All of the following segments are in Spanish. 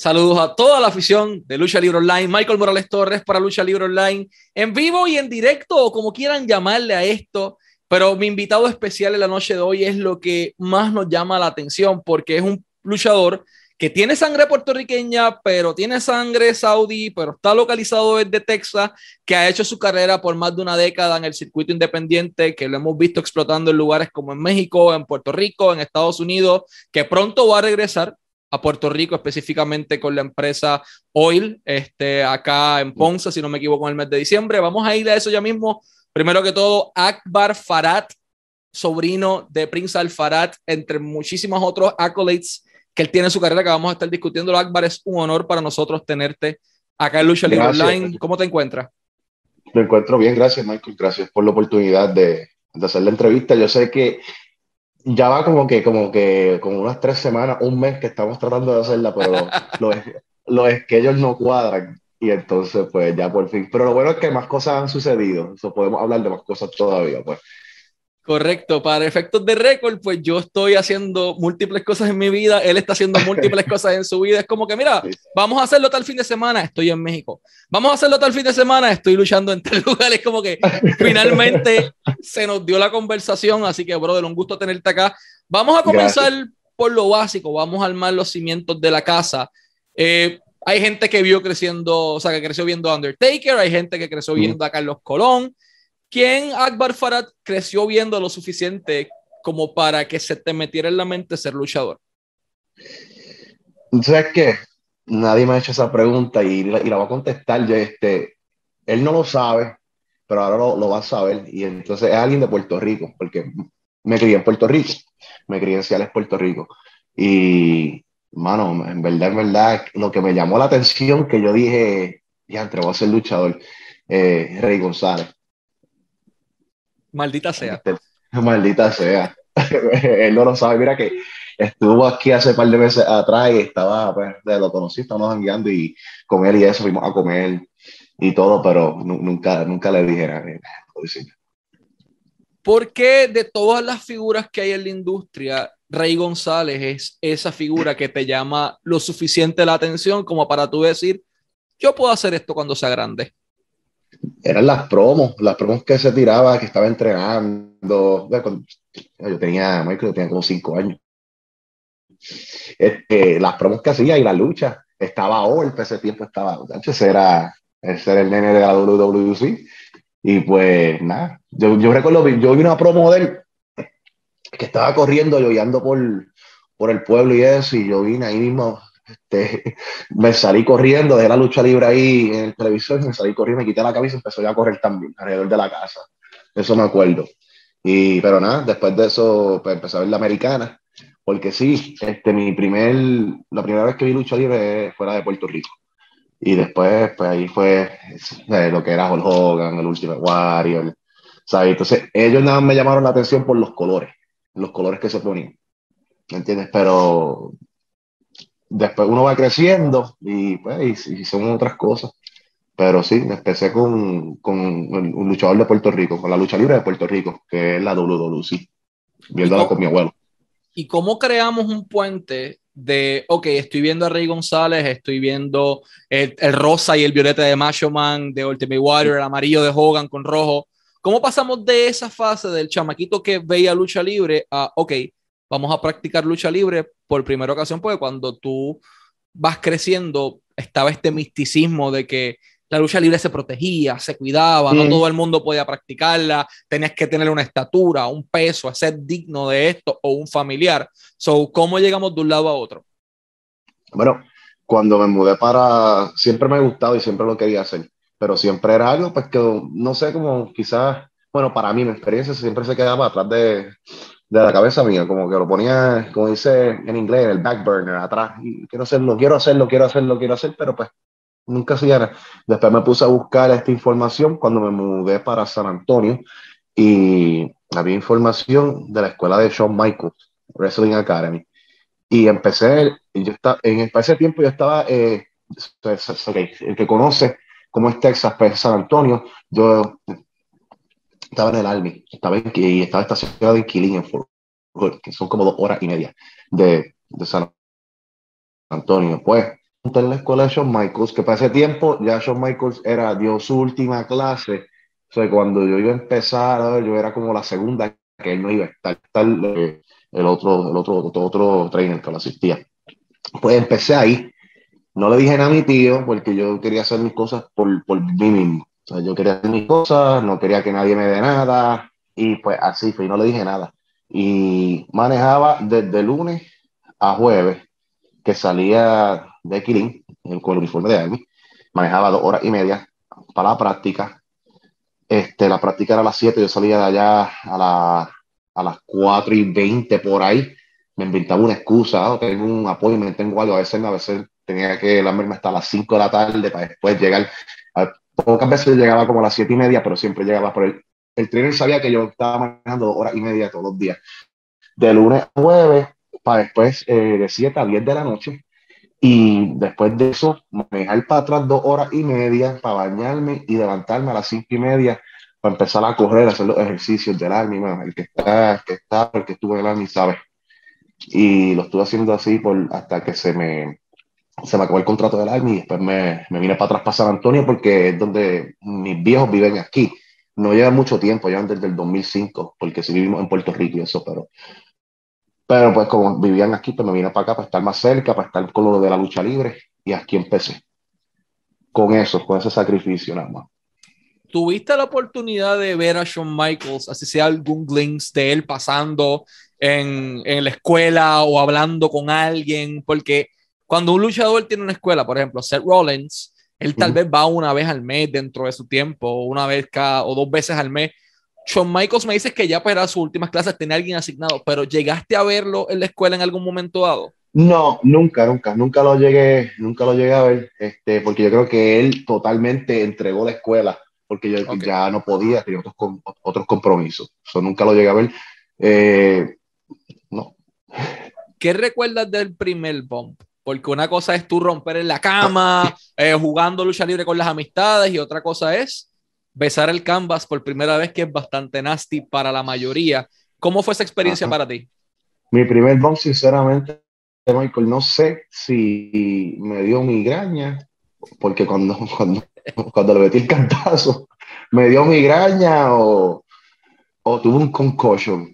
Saludos a toda la afición de Lucha Libre Online. Michael Morales Torres para Lucha Libre Online, en vivo y en directo, o como quieran llamarle a esto. Pero mi invitado especial en la noche de hoy es lo que más nos llama la atención, porque es un luchador que tiene sangre puertorriqueña, pero tiene sangre saudí, pero está localizado desde Texas, que ha hecho su carrera por más de una década en el circuito independiente, que lo hemos visto explotando en lugares como en México, en Puerto Rico, en Estados Unidos, que pronto va a regresar a Puerto Rico, específicamente con la empresa Oil, acá en Ponce, si no me equivoco, en el mes de diciembre. Vamos a ir a eso ya mismo. Primero que todo, Akbar Farhat, sobrino de Prince Al Farhat, entre muchísimos otros accolades que él tiene en su carrera, que vamos a estar discutiendo. Akbar, es un honor para nosotros tenerte acá en Lucha Libre Online. ¿Cómo te encuentras? Me encuentro bien, gracias, Michael. Gracias por la oportunidad de hacer la entrevista. Yo sé que ya va como unas 3 semanas, un mes que estamos tratando de hacerla, pero los schedules no cuadran. Y entonces, pues ya por fin. Pero lo bueno es que más cosas han sucedido. Eso podemos hablar de más cosas todavía, pues. Correcto, para efectos de récord, pues yo estoy haciendo múltiples cosas en mi vida, él está haciendo múltiples cosas en su vida. Es como que, mira, vamos a hacerlo tal fin de semana, estoy en México. Vamos a hacerlo tal fin de semana, estoy luchando en tal lugar. Es como que finalmente se nos dio la conversación, así que, brother, un gusto tenerte acá. Vamos a comenzar por lo básico, vamos a armar los cimientos de la casa. Hay gente que vio creciendo, o sea, que creció viendo Undertaker, hay gente que creció viendo a Carlos Colón. ¿Quién, Akbar Farhat, creció viendo lo suficiente como para que se te metiera en la mente ser luchador? ¿Sabes qué? Nadie me ha hecho esa pregunta y la voy a contestar. Él no lo sabe, pero ahora lo va a saber. Y entonces es alguien de Puerto Rico, porque me crié en Puerto Rico, me crié en Ciales, Puerto Rico. Y, mano, en verdad, lo que me llamó la atención, que yo dije, ya, voy a ser luchador, Rey González. Maldita sea. Maldita sea. Él no lo sabe. Mira que estuvo aquí hace un par de meses atrás y estaba, pues, lo conocí, estábamos jangueando y con él y eso fuimos a comer y todo, pero nunca le dije nada. ¿Por qué de todas las figuras que hay en la industria, Rey González es esa figura que te llama lo suficiente la atención como para tú decir, yo puedo hacer esto cuando sea grande? Eran las promos que se tiraba, que estaba entrenando. Yo tenía como 5 años. Las promos que hacía y la lucha. Estaba Orp, ese tiempo estaba. Ese era el nene de la WWC. Y pues nada, yo recuerdo, yo vi una promo de él que estaba corriendo, lloviando por el pueblo y eso, y yo vine ahí mismo, me salí corriendo, dejé la lucha libre ahí en el televisor, me salí corriendo, me quité la camisa y empezó ya a correr también, alrededor de la casa. Eso me acuerdo. Pero nada, después de eso, pues empecé a ver la americana, porque sí, la primera vez que vi lucha libre fuera de Puerto Rico. Y después, pues ahí fue lo que era Hulk Hogan, el Ultimate Warrior, ¿sabes? Entonces, ellos nada más me llamaron la atención por los colores que se ponían, ¿me entiendes? Pero después uno va creciendo y pues y son otras cosas. Pero sí, empecé con un luchador de Puerto Rico, con la lucha libre de Puerto Rico, que es la WWC, ¿Y viéndola cómo, con mi abuelo. ¿Y cómo creamos un puente de, ok, estoy viendo a Rey González, estoy viendo el rosa y el violeta de Macho Man, de Ultimate Warrior, el amarillo de Hogan con rojo? ¿Cómo pasamos de esa fase del chamaquito que veía lucha libre a, ok, vamos a practicar lucha libre por primera ocasión? Porque cuando tú vas creciendo, estaba este misticismo de que la lucha libre se protegía, se cuidaba, no todo el mundo podía practicarla, tenías que tener una estatura, un peso, ser digno de esto o un familiar. So, ¿cómo llegamos de un lado a otro? Bueno, cuando me mudé siempre me ha gustado y siempre lo quería hacer, pero siempre era algo, pues que no sé, como quizás, bueno, para mí mi experiencia siempre se quedaba atrás de la cabeza mía, como que lo ponía, como dice en inglés, en el back burner, atrás, y quiero hacerlo, quiero hacer, pero pues nunca hacía nada. Después me puse a buscar esta información cuando me mudé para San Antonio y había información de la escuela de Shawn Michaels, Wrestling Academy. Y empecé, y yo estaba, para ese tiempo yo estaba, okay, el que conoce cómo es Texas, pues San Antonio, yo estaba en el Army, y estaba estacionado en Killeen, en Fort Hood, que son como 2 horas y media de San Antonio. Pues en la escuela de Shawn Michaels, que para ese tiempo ya Shawn Michaels dio su última clase. O sea, cuando yo iba a empezar, yo era como la segunda que él no iba a estar el otro trainer que lo asistía. Pues empecé ahí. No le dije nada a mi tío porque yo quería hacer mis cosas por mí mismo. O sea, yo quería hacer mis cosas, no quería que nadie me dé nada. Y pues así fue, y no le dije nada. Y manejaba desde lunes a jueves, que salía de Kirin con el uniforme de Army. Manejaba 2 horas y media para la práctica. La práctica era a las 7, yo salía de allá a las 4:20 por ahí. Me inventaba una excusa, tengo un apoyo, me tengo algo. A veces tenía que lamerme hasta las 5 de la tarde para después llegar. Pocas veces llegaba como a las 7:30, pero siempre llegaba por el trainer sabía que yo estaba manejando 2 horas y media todos los días, de lunes a jueves, para después de 7 a 10 de la noche. Y después de eso, manejar para atrás 2 horas y media para bañarme y levantarme a las 5:30 para empezar a correr, a hacer los ejercicios del Army, man. El que estuvo en el Army sabe. Y lo estuve haciendo así hasta que se me acabó el contrato del Army y después me vine para atrás para San Antonio porque es donde mis viejos viven aquí. No llevan mucho tiempo, llevan desde el 2005, porque sí vivimos en Puerto Rico y eso, pero pues como vivían aquí, pues me vine para acá para estar más cerca, para estar con lo de la lucha libre y aquí empecé con ese sacrificio nada más. ¿Tuviste la oportunidad de ver a Shawn Michaels, así sea algún glimpse de él pasando en la escuela o hablando con alguien? Porque cuando un luchador tiene una escuela, por ejemplo, Seth Rollins, él tal vez va una vez al mes dentro de su tiempo, una vez cada o 2 veces al mes. Shawn Michaels me dices que ya para sus últimas clases tenía alguien asignado, pero ¿llegaste a verlo en la escuela en algún momento dado? No, nunca lo llegué a ver, porque yo creo que él totalmente entregó la escuela, porque yo Ok. ya no podía, tenía otros compromisos. Eso nunca lo llegué a ver. Eh, no. ¿Qué recuerdas del primer bump? Porque una cosa es tú romper en la cama, jugando lucha libre con las amistades, y otra cosa es besar el canvas por primera vez, que es bastante nasty para la mayoría. ¿Cómo fue esa experiencia Ajá. para ti? Mi primer bump, sinceramente, Michael, no sé si me dio migraña, porque cuando le metí el cantazo, me dio migraña o tuve un concussion.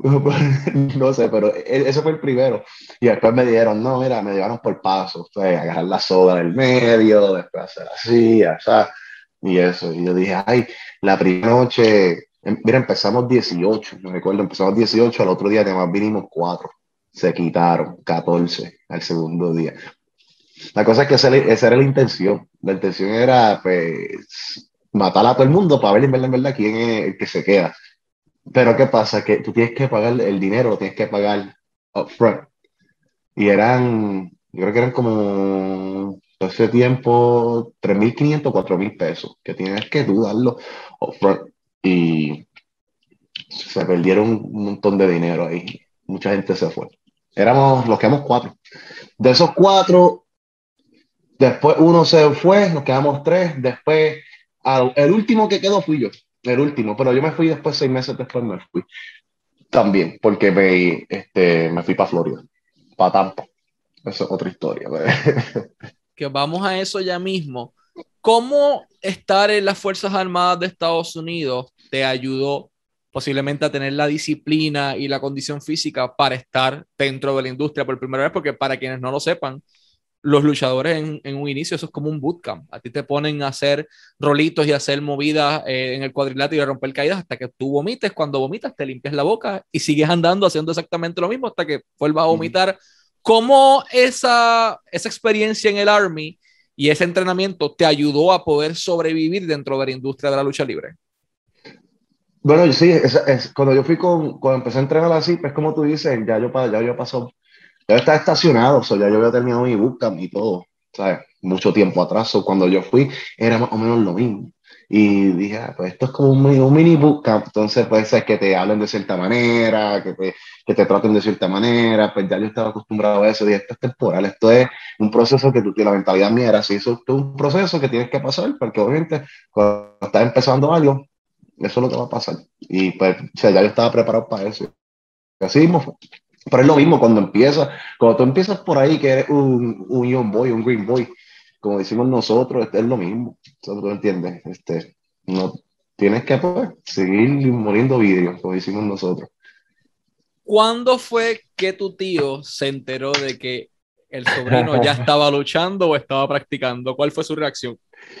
No sé, pero ese fue el primero. Y después me dijeron, no, mira, me llevaron por pasos, agarrar la soga del medio, después hacer así, así, y eso. Y yo dije, ay, la primera noche, mira, empezamos 18, me recuerdo, empezamos 18, al otro día además vinimos 4. Se quitaron 14 al segundo día. La cosa es que esa era la intención. La intención era, pues, matar a todo el mundo para ver en verdad quién es el que se queda. Pero ¿qué pasa? Que tú tienes que pagar el dinero, lo tienes que pagar upfront. Y yo creo que eran como, ese tiempo, 3.500, 4.000 pesos, que tienes que tú darlo upfront. Y se perdieron un montón de dinero ahí. Mucha gente se fue. Los quedamos 4. De esos 4, después uno se fue, nos quedamos 3. Después, el último que quedó fui yo. El último, pero yo me fui después, 6 meses después me fui. También, porque me fui para Florida, para Tampa. Eso es otra historia. Que vamos a eso ya mismo. ¿Cómo estar en las Fuerzas Armadas de Estados Unidos te ayudó posiblemente a tener la disciplina y la condición física para estar dentro de la industria por primera vez? Porque para quienes no lo sepan, los luchadores en un inicio, eso es como un bootcamp. A ti te ponen a hacer rolitos y a hacer movidas en el cuadrilátero y a romper caídas hasta que tú vomites. Cuando vomitas, te limpias la boca y sigues andando haciendo exactamente lo mismo hasta que vuelvas a vomitar. ¿Cómo esa experiencia en el Army y ese entrenamiento te ayudó a poder sobrevivir dentro de la industria de la lucha libre? Bueno, sí, cuando cuando empecé a entrenar así, pues como tú dices, ya yo pasó, ya estaba estacionado, o sea, ya yo había terminado mi bootcamp y todo, ¿sabes? Mucho tiempo atrás, o cuando yo fui, era más o menos lo mismo. Y dije, pues esto es como un mini bootcamp, entonces pues es que te hablen de cierta manera, que te traten de cierta manera, pues ya yo estaba acostumbrado a eso, dije, esto es temporal, esto es un proceso que la mentalidad mía era así, eso es un proceso que tienes que pasar, porque obviamente cuando estás empezando algo, eso es lo que va a pasar. Y pues, o sea, ya yo estaba preparado para eso. Así mismo fue. Pero es lo mismo cuando tú empiezas por ahí, que eres un young boy, un green boy, como decimos nosotros, es lo mismo. ¿Tú entiendes? No tienes que pues, seguir muriendo vidrio, como decimos nosotros. ¿Cuándo fue que tu tío se enteró de que el sobrino ya estaba luchando o estaba practicando? ¿Cuál fue su reacción?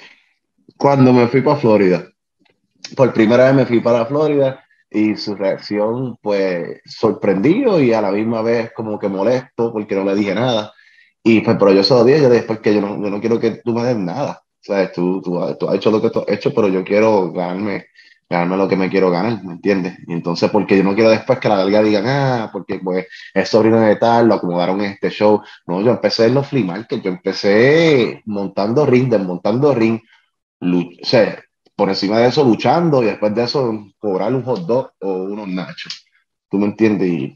Cuando me fui para Florida, por primera vez me fui para Florida y su reacción, pues, sorprendido y a la misma vez como que molesto porque no le dije nada. Y pues, pero yo se lo dije, yo le dije, porque yo no quiero que tú me des nada. ¿Sabes? Tú has hecho lo que tú has hecho, pero yo quiero ganarme lo que me quiero ganar, ¿me entiendes? Y entonces, porque yo no quiero después que la larga digan, porque pues es sobrino de tal, lo acomodaron en este show. No, yo empecé en los flea market, yo empecé montando ring, desmontando ring, o sea, por encima de eso luchando y después de eso cobrar un hot dog o unos nachos. ¿Tú me entiendes? Y,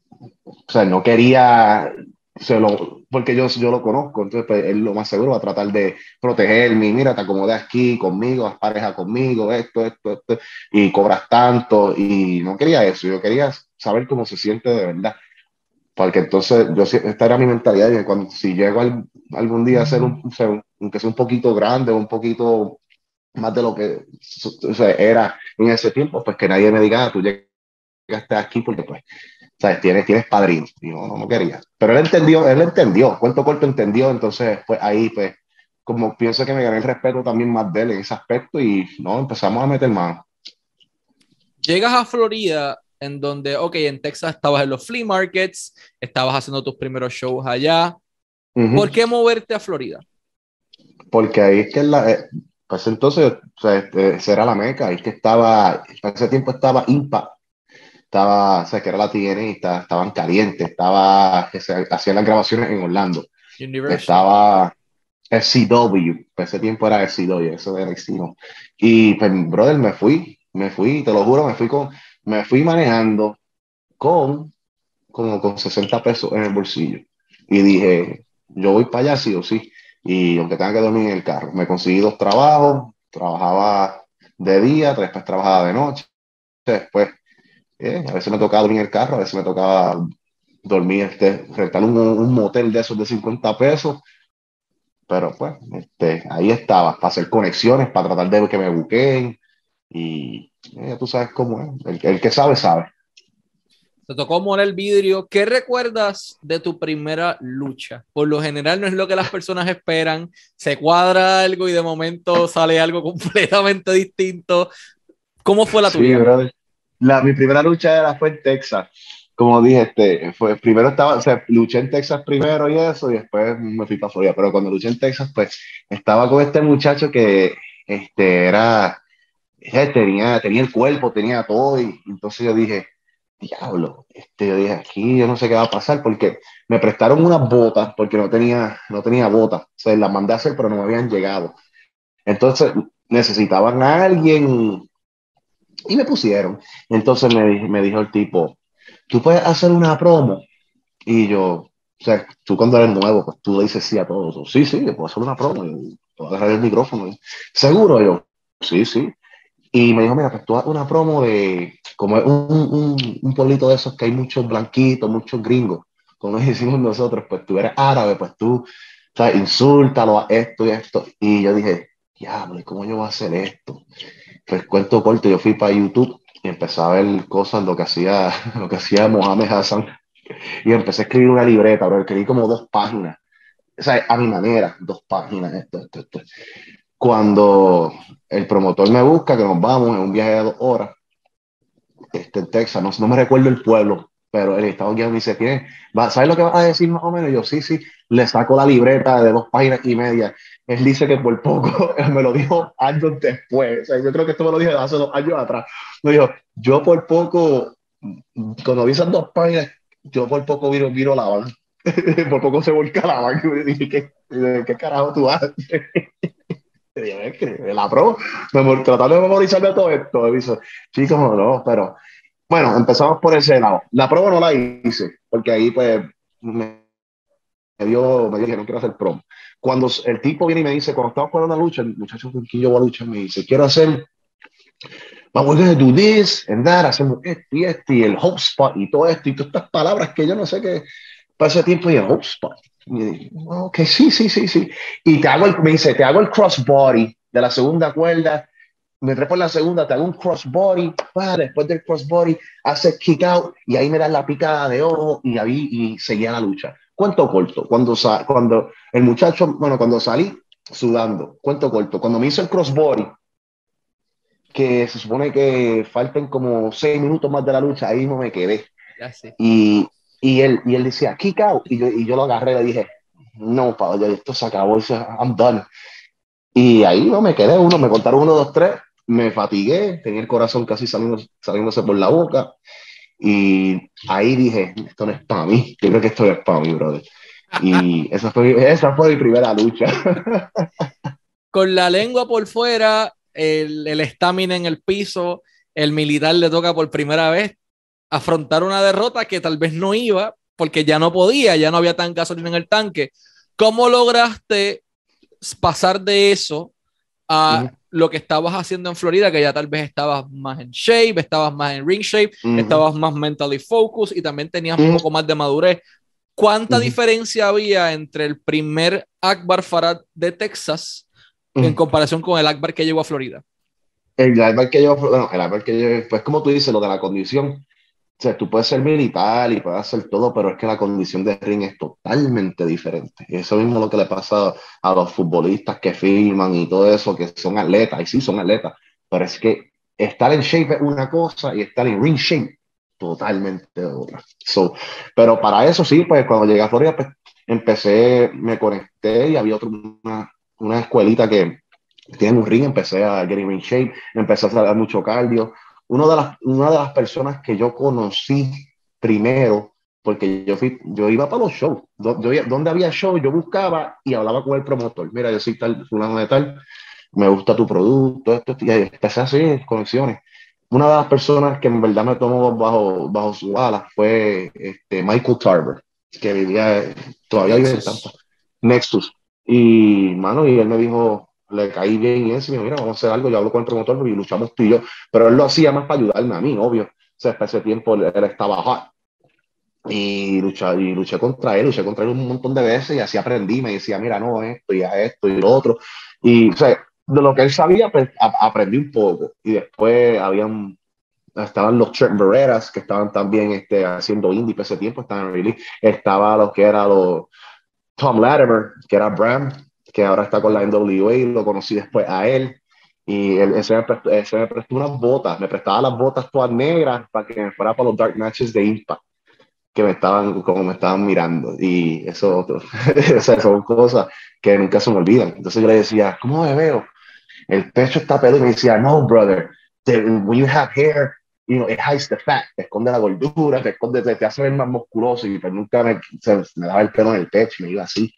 o sea, no quería, porque yo lo conozco, entonces pues, él lo más seguro va a tratar de protegerme. Mira, te acomodé aquí conmigo, haz pareja conmigo, esto, y cobras tanto. Y no quería eso, yo quería saber cómo se siente de verdad. Porque entonces, esta era mi mentalidad, de que si llego algún día a ser aunque sea un poquito grande, un poquito más de lo que o sea, era en ese tiempo, pues que nadie me diga, tú llegaste aquí porque pues, sabes, tienes padrino. Y no quería. Pero él entendió, cuento corto entendió, entonces pues ahí pues como pienso que me gané el respeto también más de él en ese aspecto y no, empezamos a meter mano. Llegas a Florida, en donde, ok, en Texas estabas en los flea markets, estabas haciendo tus primeros shows allá. ¿Por Uh-huh. qué moverte a Florida? Porque ahí es que pues entonces, o sea, esa era la meca, ahí es que estaba, para ese tiempo estaba Impact, o sea, que era la TNA, estaban calientes, que se hacían las grabaciones en Orlando, University. estaba FCW, para ese tiempo era FCW, eso era XCW. Y pues, brother, me fui, te lo juro, me fui manejando con, como con 60 pesos en el bolsillo. Y dije, yo voy para allá sí o sí. Y aunque tenga que dormir en el carro, me conseguí 2 trabajos, trabajaba de día, después trabajaba de noche, después a veces me tocaba dormir en el carro, a veces me tocaba dormir, rentar un motel de esos de 50 pesos, pero pues ahí estaba, para hacer conexiones, para tratar de que me buqueen y tú sabes cómo es, el que sabe, sabe. Te tocó moler el vidrio. ¿Qué recuerdas de tu primera lucha? Por lo general no es lo que las personas esperan. Se cuadra algo y de momento sale algo completamente distinto. ¿Cómo fue la Sí, tuya? brother. Mi primera lucha fue en Texas. Como dije, primero o sea, luché en Texas primero y eso, y después me fui para Florida. Pero cuando luché en Texas, pues estaba con este muchacho que era, tenía el cuerpo, tenía todo, y entonces yo dije, diablo, yo dije, aquí yo no sé qué va a pasar, porque me prestaron unas botas, porque no tenía botas. O sea, las mandé a hacer, pero no me habían llegado. Entonces necesitaban a alguien y me pusieron. Entonces me dijo el tipo, tú puedes hacer una promo. Y yo, o sea, tú cuando eres nuevo, pues tú le dices sí a todo. Tú, sí, sí, yo puedo hacer una promo. Y puedo agarrar el micrófono. Seguro yo, sí, sí. Y me dijo, mira, pues tú haz una promo de, como es un pueblito de esos que hay muchos blanquitos, muchos gringos, como decimos nosotros, pues tú eres árabe, pues tú, o sea, insúltalo a esto y esto. Y yo dije, diablo, ¿y cómo yo voy a hacer esto? Pues cuento corto, yo fui para YouTube y empecé a ver cosas, lo que hacía Mohamed Hassan, y empecé a escribir una libreta, pero escribí como 2 páginas, o sea, a mi manera, 2 páginas, esto. Cuando el promotor me busca, que nos vamos en un viaje de 2 horas, en Texas, no me recuerdo el pueblo, pero el estado guiando me dice, ¿sabes lo que vas a decir más o menos? Y yo, sí, sí, le saco la libreta de 2 páginas y media. Él dice que por poco, me lo dijo años después, o sea, yo creo que esto me lo dije hace 2 años atrás. Me dijo, yo por poco, cuando vi esas 2 páginas, yo por poco viro la van. Por poco se volca la van. Y me dije, ¿qué carajo tú haces? Y dije, "Es que la pro, tratando de memorizarme todo esto. Y dice, chicos, no, pero bueno, empezamos por ese lado. La prueba no la hice, porque ahí pues me dio que no quiero hacer promo. Cuando el tipo viene y me dice, cuando estamos por una lucha, el muchacho con quien yo voy a luchar me dice, quiero hacer but we're going to do this and that, hacemos esto y el hope spot y todo esto y todas estas palabras que yo no sé qué, para ese tiempo y el hope spot. Y dije, ok, sí. Y me dice, te hago el crossbody de la segunda cuerda, me trepo en la segunda, te hago un crossbody, después del crossbody, haces kick out y ahí me das la picada de ojo y ahí y seguía la lucha. Cuento corto, cuando el muchacho, bueno, cuando salí sudando, cuento corto, cuando me hizo el crossbody, que se supone que falten como 6 minutos más de la lucha, ahí no me quedé. Y, él decía, kick out, y yo lo agarré y le dije, no, Pablo, esto se acabó, I'm done. Y ahí no me quedé, me contaron 1, 2, 3, me fatigué, tenía el corazón casi saliéndose por la boca, y ahí dije, esto no es para mí, yo creo que esto no es para mí, brother. Y esa fue mi primera lucha. Con la lengua por fuera, el estamina en el piso, el militar le toca por primera vez afrontar una derrota que tal vez no iba, porque ya no podía, ya no había tan gasolina en el tanque. ¿Cómo lograste pasar de eso a lo que estabas haciendo en Florida, que ya tal vez estabas más en shape, estabas más en ring shape, estabas más mentally focused y también tenías un poco más de madurez? ¿Cuánta diferencia había entre el primer Akbar Farad de Texas en comparación con el Akbar que llegó a Florida? El Akbar que yo, pues como tú dices, lo de la condición, o sea, tú puedes ser militar y puedes hacer todo, pero es que la condición de ring es totalmente diferente. Y eso mismo es lo que le pasa a los futbolistas que firman y todo eso, que son atletas, y sí son atletas, pero es que estar en shape es una cosa y estar en ring shape totalmente otra. Pero para eso sí, pues cuando llegué a Florida, pues me conecté y había una escuelita que tiene un ring, empecé a get in ring shape, empecé a hacer mucho cardio. Una de las personas que yo conocí primero, porque yo iba para los shows, donde había show, yo buscaba y hablaba con el promotor, mira, yo soy tal, fulano de tal, me gusta tu producto, y empecé a hacer conexiones. Una de las personas que en verdad me tomó bajo su ala fue Michael Tarver, que todavía vive en Tampa, Nexus. Y, mano, y él me dijo, le caí bien y eso, y me dijo, mira, vamos a hacer algo, yo hablo con el promotor y luchamos tú y yo, pero él lo hacía más para ayudarme a mí, obvio. O sea, hasta ese tiempo él estaba hot. Y luché contra él un montón de veces y así aprendí, me decía, mira, no, esto y lo otro. Y, o sea, de lo que él sabía, pues, aprendí un poco. Y después estaban los Trent Barreras, que estaban también haciendo indie por ese tiempo, estaban en release. Estaba lo que era Tom Latimer, que era Bram, que ahora está con la NWA, y lo conocí después a él. Y ese me prestó unas botas, me prestaba las botas todas negras para que me fuera para los dark matches de Impact, que como me estaban mirando. Y eso, o sea, son cosas que nunca se me olvidan. Entonces yo le decía, ¿cómo me veo? El pecho está peludo. Y me decía, no, brother, when you have hair, it hides the fat, te esconde la gordura, te hace ver más musculoso. Y pues nunca me daba el pelo en el pecho y me iba así.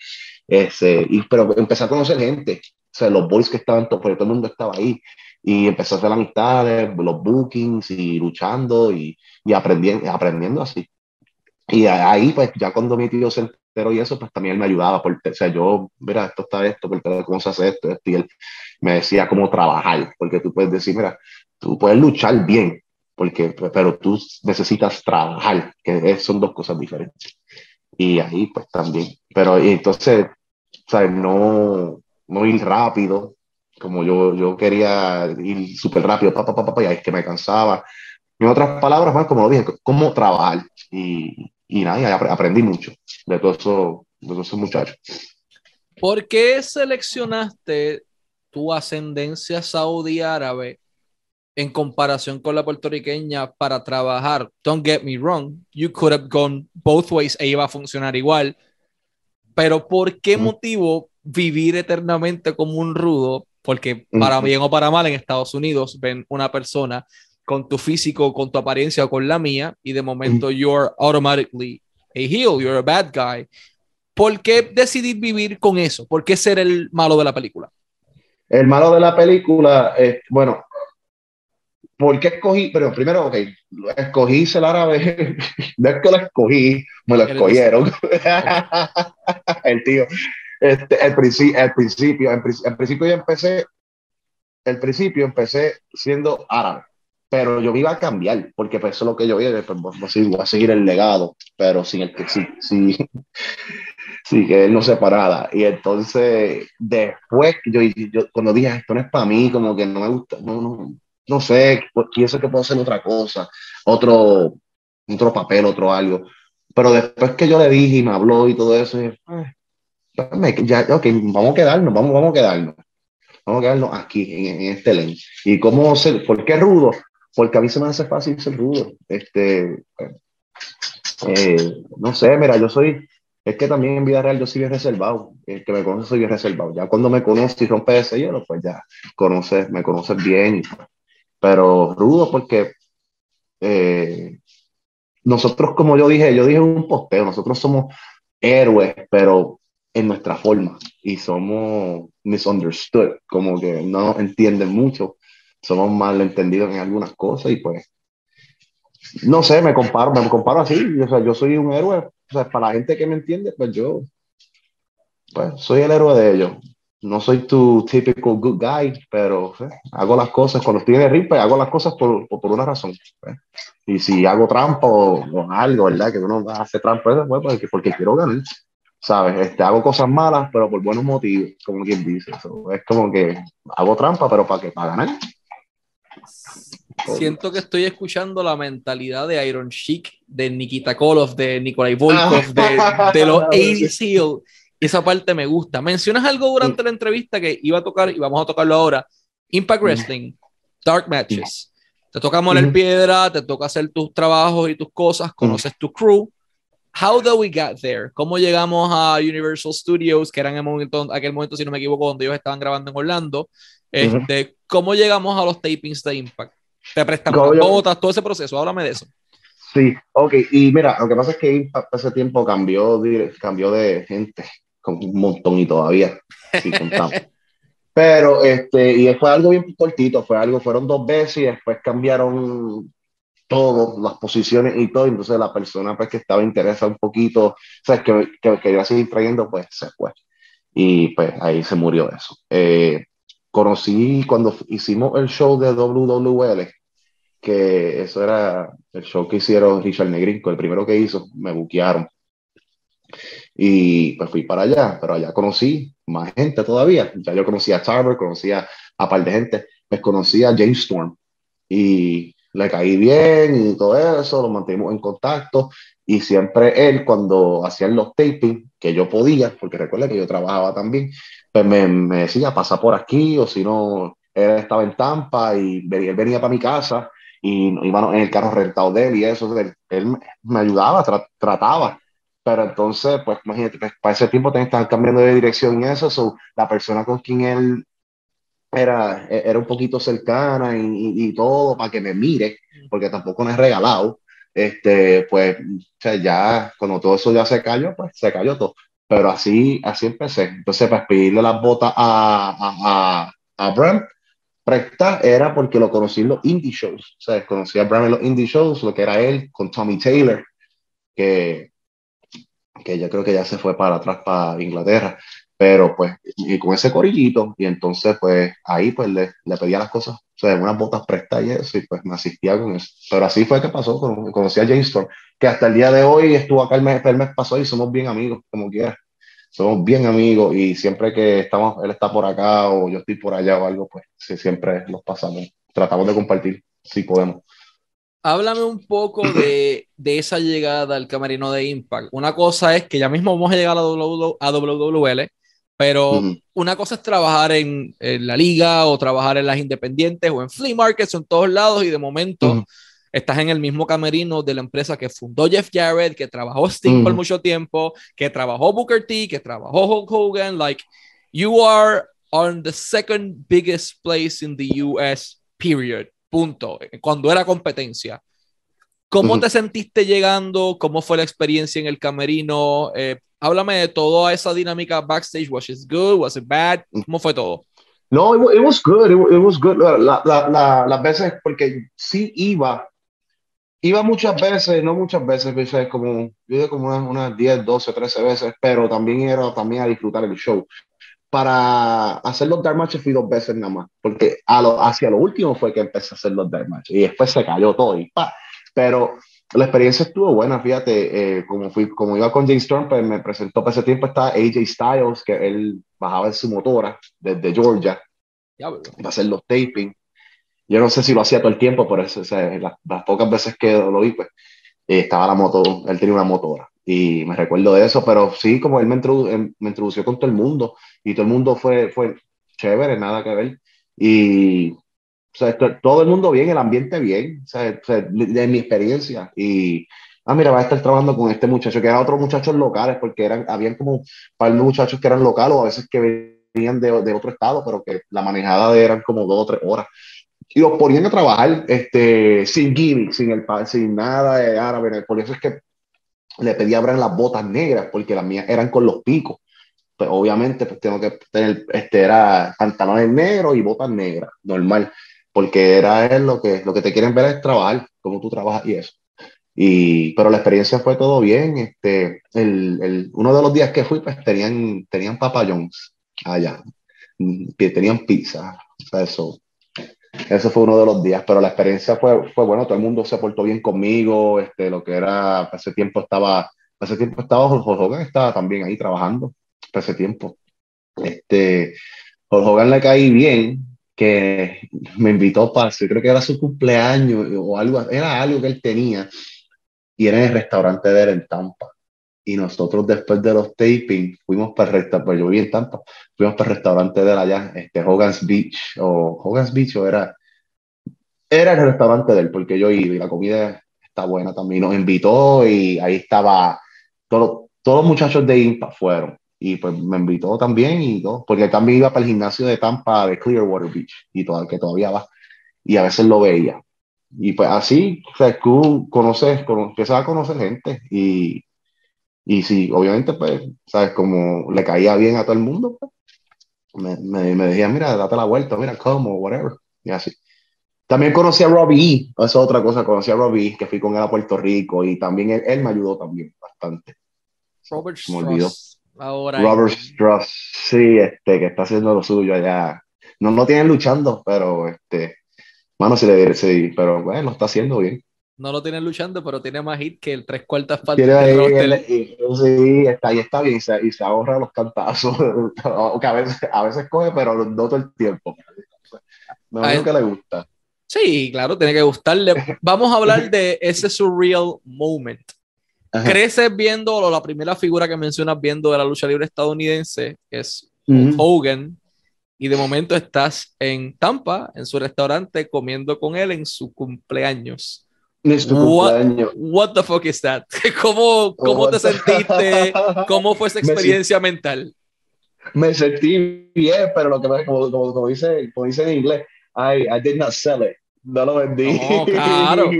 Pero empecé a conocer gente, o sea, los boys que estaban, porque todo el mundo estaba ahí. Y empecé a hacer amistades, los bookings y luchando y aprendiendo así. Y ahí, pues, ya cuando mi tío se enteró y eso, pues también él me ayudaba. O sea, yo, mira, esto está esto, porque cómo se hace esto, y él me decía cómo trabajar, porque tú puedes decir, mira, tú puedes luchar bien, pero tú necesitas trabajar, que son dos cosas diferentes. Y ahí, pues, también. Pero, y entonces, o sea, no ir rápido, como yo quería ir súper rápido, y ahí es que me cansaba. En otras palabras, más como lo dije, cómo trabajar. Y nada, y aprendí mucho de todos esos muchachos. ¿Por qué seleccionaste tu ascendencia saudí árabe en comparación con la puertorriqueña para trabajar? Don't get me wrong, you could have gone both ways e iba a funcionar igual, pero ¿por qué motivo vivir eternamente como un rudo? Porque para bien o para mal en Estados Unidos ven una persona con tu físico, con tu apariencia o con la mía y de momento you're automatically a heel, you're a bad guy. ¿Por qué decidir vivir con eso? ¿Por qué ser el malo de la película? El malo de la película, bueno, ¿por qué escogí? Pero primero, ok, escogí el árabe, no es que lo escogí, me lo escogieron. El tío. El principio yo empecé siendo árabe. pero yo me iba a cambiar, porque pues eso es lo que yo vi, pues, voy a seguir el legado, pero sin el que sí, que él no se parara. Y entonces, después, yo cuando dije, esto no es para mí, como que no me gusta, no sé, pienso que puedo hacer otra cosa, otro papel, otro algo. Pero después que yo le dije y me habló y todo eso, dije, ya, ok, vamos a quedarnos, vamos a quedarnos aquí, en este lane. ¿Y cómo ser? ¿Por qué rudo? Porque a mí se me hace fácil ser rudo. No sé, mira, es que también en vida real yo soy bien reservado. El que me conoce soy bien reservado. Ya cuando me conoces y rompes ese hielo, pues ya me conoces bien. Pero rudo porque eh, nosotros, como yo dije en un posteo, nosotros somos héroes, pero en nuestra forma. Y somos misunderstood, como que no entienden mucho. Somos malentendidos en algunas cosas y pues no sé, me comparo así, o sea, yo soy un héroe, o sea, para la gente que me entiende, pues yo, pues soy el héroe de ellos. No soy tu typical good guy, pero hago las cosas, cuando estoy en el ring, pues hago las cosas por una razón. ¿Eh? Y si hago trampa o algo, ¿verdad? Que uno hace trampa, eso, pues, porque quiero ganar, ¿sabes? Hago cosas malas, pero por buenos motivos, como quien dice. So, es como que hago trampa, pero ¿para qué? Para ganar. Siento que estoy escuchando la mentalidad de Iron Sheik, de Nikita Koloff, de Nikolai Ah, Volkov, de los 80 SEAL. Esa parte me gusta. Mencionas algo durante la entrevista que iba a tocar y vamos a tocarlo ahora. Impact Wrestling, Dark Matches. Te toca moler piedra, te toca hacer tus trabajos y tus cosas, conoces tu crew. How do we get there? ¿Cómo llegamos a Universal Studios, que era en aquel momento, si no me equivoco, donde ellos estaban grabando en Orlando? ¿Cómo llegamos a los tapings de Impact? Te prestan unas botas, todo ese proceso, háblame de eso. Sí, ok, y mira, lo que pasa es que Impact hace tiempo cambió de gente, con un montón y todavía, sí, contamos. Pero, y fue algo bien cortito, fueron 2 veces y después cambiaron todo, las posiciones y todo, entonces la persona pues que estaba interesada un poquito, o sea, que quería seguir trayendo, pues se fue. Y pues ahí se murió eso. Conocí cuando hicimos el show de WWL, que eso era el show que hicieron Richard Negrinko, el primero que hizo, me buquearon. Y pues fui para allá, pero allá conocí más gente todavía. Ya yo conocía a Tarver, conocía a un par de gente, pues conocí a James Storm y le caí bien y todo eso, lo mantuvimos en contacto y siempre él cuando hacían los taping, que yo podía, porque recuerda que yo trabajaba también, pues me decía, pasa por aquí o si no, él estaba en Tampa y él venía para mi casa y íbamos en el carro rentado de él y eso, él me ayudaba, trataba. Pero entonces, pues imagínate, pues, para ese tiempo también estaban cambiando de dirección y eso, la persona con quien él era un poquito cercana y todo para que me mire, porque tampoco me es regalado. Pues, o sea, ya cuando todo eso ya se cayó, pues se cayó todo. Pero así empecé. Entonces, pues pedirle las botas a Bram Presta era porque lo conocí en los indie shows. O sea, conocí a Bram en los indie shows, lo que era él con Tommy Taylor, que yo creo que ya se fue para atrás, para Inglaterra, pero pues, y con ese corillito, y entonces pues ahí pues le pedía las cosas, o sea, unas botas prestadas y eso, y pues me asistía con eso. Pero así fue que pasó, conocí a James Storm, que hasta el día de hoy estuvo acá el mes pasado y somos bien amigos, como quiera. Somos bien amigos y siempre que él está por acá o yo estoy por allá o algo, pues sí, siempre los pasamos. Tratamos de compartir, si podemos. Háblame un poco de esa llegada al camerino de Impact. Una cosa es que ya mismo vamos a llegar a WWL, pero Ujú, una cosa es trabajar en la liga o trabajar en las independientes o en flea markets en todos lados y de momento ujú, estás en el mismo camerino de la empresa que fundó Jeff Jarrett, que trabajó Sting por ujú. mucho tiempo, que trabajó Booker T, que trabajó Hulk Hogan. Like, you are on the second biggest place in the US, period. Punto. Cuando era competencia. ¿Cómo te Ujú. sentiste llegando? ¿Cómo fue la experiencia en el camerino? Háblame de toda esa dinámica backstage. Was it good? Was it bad? ¿Cómo fue todo? No, it was good. It was good. Las veces, porque sí iba muchas veces, no muchas veces, yo iba como unas 10, 12, 13 veces, pero también era también a disfrutar el show. para hacer los dark matches fui 2 veces nada más, porque hacia lo último fue que empecé a hacer los dark matches y después se cayó todo y pa. Pero la experiencia estuvo buena, fíjate, como iba con James Storm, pues me presentó, para ese tiempo estaba AJ Styles, que él bajaba en su motora desde Georgia para hacer los taping. Yo no sé si lo hacía todo el tiempo, por eso, o sea, las pocas veces que lo vi, pues estaba la moto, él tenía una motora y me recuerdo de eso, pero sí, como él me introdució con todo el mundo y todo el mundo fue chévere, nada que ver. Y o sea, todo el mundo bien, el ambiente bien, o sea, de mi experiencia. Y, mira, va a estar trabajando con este muchacho, que eran otros muchachos locales, porque habían como un par de muchachos que eran locales o a veces que venían de otro estado, pero que la manejada eran como 2 o 3 horas y los ponían a trabajar sin gimmick, sin nada de árabe. Por eso es que le pedí a Bran las botas negras, porque las mías eran con los picos. Pues obviamente pues tengo que tener, era pantalones negros y botas negras, normal, porque era él lo que te quieren ver es trabajar, cómo tú trabajas y eso. Pero la experiencia fue todo bien. Uno de los días que fui, pues tenían Papa John's allá, que tenían pizza, o sea, eso fue uno de los días, pero la experiencia fue bueno, todo el mundo se portó bien conmigo, lo que era, hace tiempo estaba Hulk Hogan, estaba también ahí trabajando, hace tiempo. Hulk Hogan le caí bien, que me invitó para, yo creo que era su cumpleaños o algo, era algo que él tenía, y era en el restaurante de él en Tampa. Y nosotros después de los taping fuimos para el restaurante, pues yo viví en Tampa, fuimos para el restaurante de él allá, Hogan's Beach, o era el restaurante de él, porque yo iba y la comida está buena también. Nos invitó y ahí estaba, todos los muchachos de IMPA fueron. Y pues me invitó también y todo, porque él también iba para el gimnasio de Tampa de Clearwater Beach, que todavía va, y a veces lo veía. Y pues así, o sea, tú empiezas a conocer gente y sí, obviamente pues, sabes, como le caía bien a todo el mundo, pues, me decía, mira, date la vuelta, mira, como, whatever, y así. También conocí a Robbie E, esa es otra cosa, conocí a Robbie E, que fui con él a Puerto Rico y también él me ayudó también bastante. Robert Se me olvidó. Strauss, ahora Robert en... Strauss, sí, que está haciendo lo suyo allá. No lo tienen luchando, pero mano, sí, pero bueno, lo está haciendo bien. No lo tiene luchando, pero tiene más hit que el 3/4 Tiene partes del ahí, roster. sí, ahí está bien y se ahorra los cantazos, que a veces coge, pero no todo el tiempo. Me imagino que le gusta. Sí, claro, tiene que gustarle. Vamos a hablar de ese surreal moment. Ajá. Creces viendo, o la primera figura que mencionas viendo de la lucha libre estadounidense, que es Hulk Ujú. Hogan, y de momento estás en Tampa, en su restaurante, comiendo con él en su cumpleaños. Es tu cumpleaños. What the fuck is that? ¿Cómo te sentiste? ¿Cómo fue esa Me, si- experiencia mental? Me sentí bien, pero lo que como dice en inglés, I did not sell it. No lo vendí. No, claro.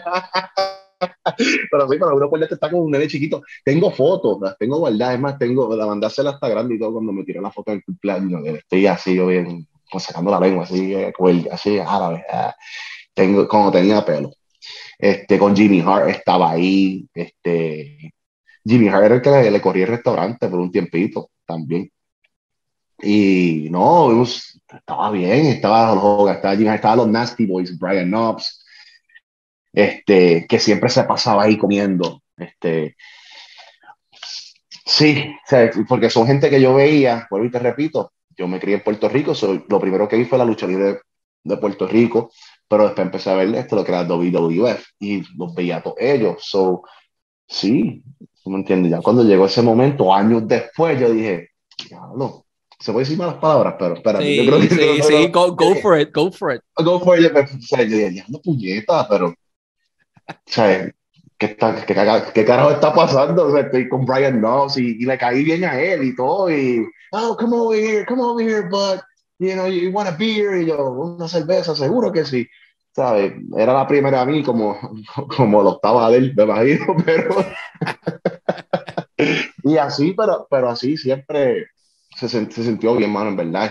Pero uno puede estar con un nene chiquito. Tengo fotos, las tengo guardadas. Es más, la mandé a hacer hasta grande y todo cuando me tiró la foto del cumpleaños. Estoy así, yo bien, como sacando la lengua, así, así árabe. Como tenía pelo. Con Jimmy Hart estaba ahí. Jimmy Hart era el que le corría el restaurante por un tiempito también. Y no, estaba bien, estaba Hulk Hogan, estaban los Nasty Boys, Brian Knobs, que siempre se pasaba ahí comiendo. Sí, o sea, porque son gente que yo veía, vuelvo y te repito, yo me crié en Puerto Rico, lo primero que vi fue la lucha libre de Puerto Rico, pero después empecé a ver lo que era WWF y los veía a todos ellos. Sí, ¿tú me entiendes? Ya cuando llegó ese momento, años después, yo dije, diablo, se puede decir malas palabras, pero espérate, yo creo Sí, que no, sí, no, sí, no. Yo go dije, for it, go for it. go for it, o sea, yo dije, diablo, puñeta, pero, o sea, ¿qué carajo está pasando? O sea, estoy con Brian Knox y le caí bien a él y todo, y, oh, come over here, bud, you want a beer, y yo, una cerveza, seguro que sí. ¿Sabes? Era la primera a mí, como la octava de él, me imagino, pero y así, pero así siempre se sintió bien, mano, en verdad.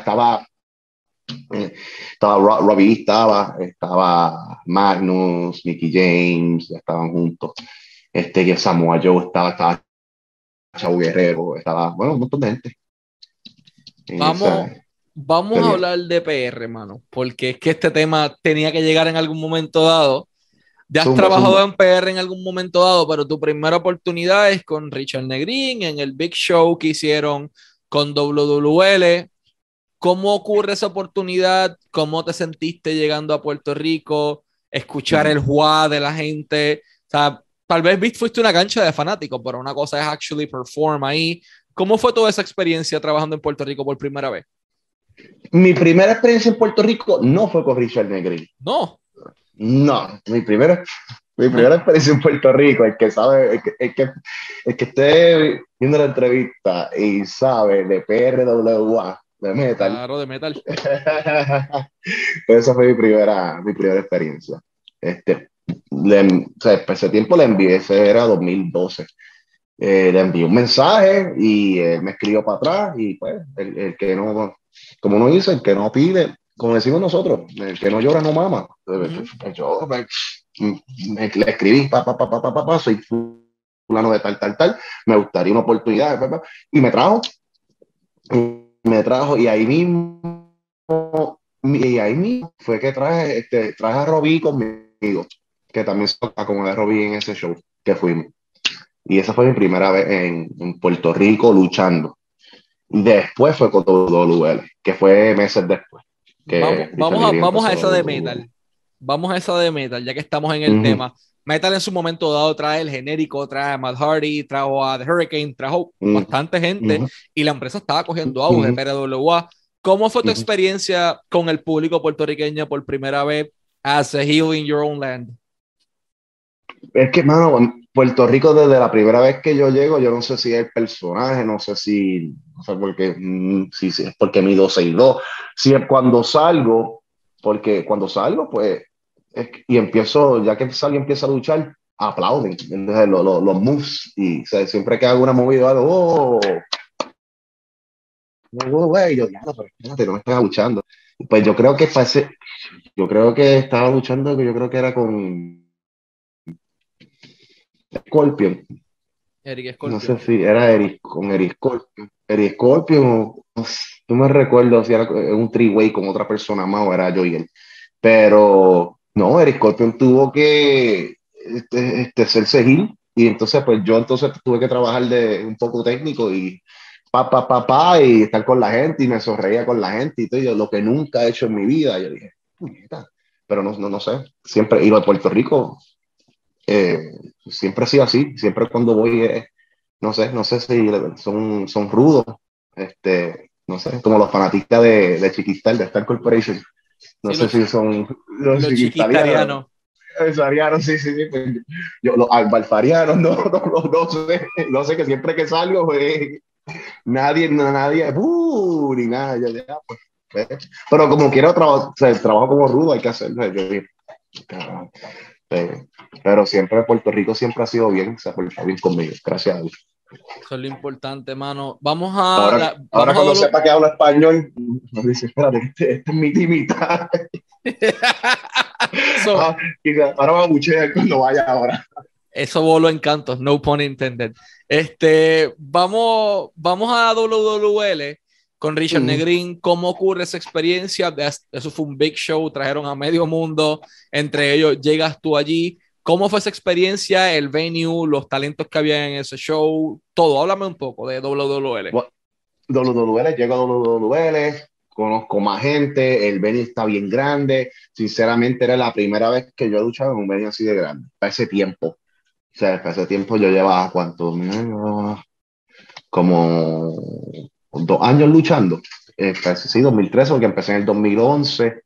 Estaba Robbie, estaba Magnus, Mickey James, ya estaban juntos. Que Samoa Joe estaba Chavo Guerrero, bueno, un montón de gente. en Vamos, esa vamos a pelea. hablar de PR, hermano, porque es que este tema tenía que llegar en algún momento dado. Ya has Zumba, trabajado zumba. en PR en algún momento dado, pero tu primera oportunidad es con Richard Negrín en el Big Show que hicieron con WWL. ¿Cómo ocurre esa oportunidad? ¿Cómo te sentiste llegando a Puerto Rico? Escuchar el juá de la gente. O sea, tal vez fuiste una cancha de fanáticos, pero una cosa es actually perform ahí. ¿Cómo fue toda esa experiencia trabajando en Puerto Rico por primera vez? Mi primera experiencia en Puerto Rico no fue con Richard Negri. No, No, mi primera experiencia en Puerto Rico, el que sabe, el que esté viendo la entrevista y sabe de PRWA, de metal, claro, de metal. pues esa fue mi primera experiencia. O sea, ese tiempo le envié, ese era 2012. Le envié un mensaje y me escribió para atrás y pues el que no, como uno dice, el que no pide, como decimos nosotros, el que no llora no mama. Ujú. Yo le escribí, soy fulano de tal, tal, tal, me gustaría una oportunidad, y me trajo y ahí mismo fue que traje a Robbie conmigo, que también se acomodé a Robbie en ese show que fuimos. Y esa fue mi primera vez en Puerto Rico luchando. Después fue con WWL, que fue meses después Vamos, que Richard Negri vamos a empezó esa de WWL. metal. Vamos a esa de metal, ya que estamos en el Ujú, tema. Metal en su momento dado trae el genérico, trae a Matt Hardy, trajo a The Hurricane, trajo ujú, bastante gente ujú, y la empresa estaba cogiendo auge, ujú, PRWA. ¿Cómo fue tu ujú. experiencia con el público puertorriqueño por primera vez as a heel in your own land? Es que, mano, en Puerto Rico desde la primera vez que yo llego, yo no sé si es el personaje, no sé por qué, si es porque mido 6'2", si es cuando salgo, porque cuando salgo, pues, y empiezo, ya que salgo y empiezo a luchar, aplauden, entonces, los moves, y o sea, siempre que hago una movida, hago, güey, yo, diablo, pero espérate, no me estás luchando. Pues yo creo que yo creo que estaba luchando, yo creo que era con Scorpion. Eric No sé Scorpion. si era con Eric Scorpion. Eric Scorpion, no me recuerdo si era un three-way con otra persona más o era yo y él. Pero no, Eric Scorpion tuvo que ser seguir y entonces pues yo entonces tuve que trabajar de un poco técnico y y estar con la gente y me sonreía con la gente y todo, yo, lo que nunca he hecho en mi vida. Yo dije, puñeta, pero no sé, siempre iba a Puerto Rico, eh, siempre ha sido así, siempre cuando voy no sé si son rudos, no sé, como los fanáticos de Chiquistar, de Star Corporation. No Sí, sé si son los los chiquistarianos. chiquistarianos. Alfarianos, sí, sí, sí. Pues, los alfarianos, no sé, que siempre que salgo, pues, nadie, ni nada. Pues. Pero como quiero trabajo como rudo, hay que hacerlo. Yo digo, cabrón, eh, pero siempre Puerto Rico siempre ha sido bien, se ha portado bien conmigo, gracias a Dios. Eso es lo importante, hermano. Ahora Vamos a cuando sepa que hablo español, me dice, espérate, este es mi timita. So, Ahora va a buchear cuando vaya ahora. eso voló encantos, no pun intended. Vamos a WWL con Richard Ujú. Negrín. ¿Cómo ocurre esa experiencia? Eso fue un big show, trajeron a medio mundo, entre ellos llegas tú allí. ¿Cómo fue esa experiencia, el venue, los talentos que había en ese show? Todo, háblame un poco de WWL. Bueno, WWL, llego a WWL, conozco más gente, el venue está bien grande. Sinceramente, era la primera vez que yo luchaba en un venue así de grande, para ese tiempo. O sea, para ese tiempo yo llevaba, ¿cuánto? Como 2 años luchando. Sí, 2013, porque empecé en el 2011.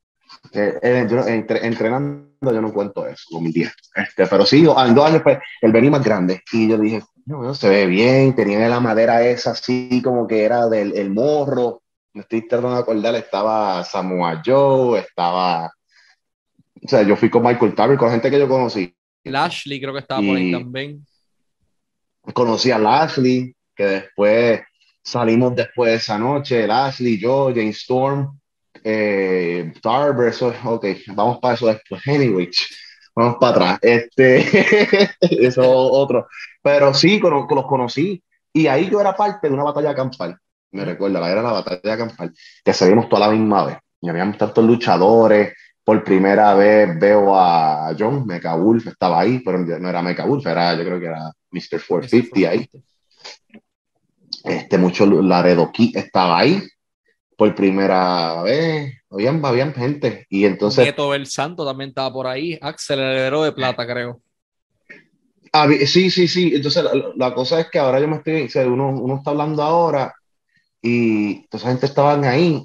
Entrenando, yo no cuento eso, 2010. Pero sí, en 2 años pues, el venue más grande. Y yo dije, no, se ve bien, tenía la madera esa así como que era del el morro. Me estoy tratando de acordar, estaba Samoa Joe, o sea, yo fui con Michael Tarver, con gente que yo conocí. Lashley creo que estaba por ahí Y también. conocí a Lashley, que después salimos después de esa noche, Lashley, yo, James Storm, Tarver, eso, ok, vamos para eso después, anyway, vamos para atrás, eso otro, pero sí, los conocí, y ahí yo era parte de una batalla campal, me recuerda, era la batalla campal, que salimos toda la misma vez. Y habían tantos luchadores. Por primera vez veo a John Mecha Wolf, estaba ahí, pero no era Mecha Wolf, era, yo creo que era Mr. Mr. 450 ahí. 450. Mucho Laredo Kid estaba ahí por primera vez. Habían gente. Y entonces. Nieto del Santo también estaba por ahí. Axel, el heredero de plata, creo. Sí, sí, sí. Entonces, la cosa es que ahora yo me estoy. O sea, uno está hablando ahora y toda esa gente estaban ahí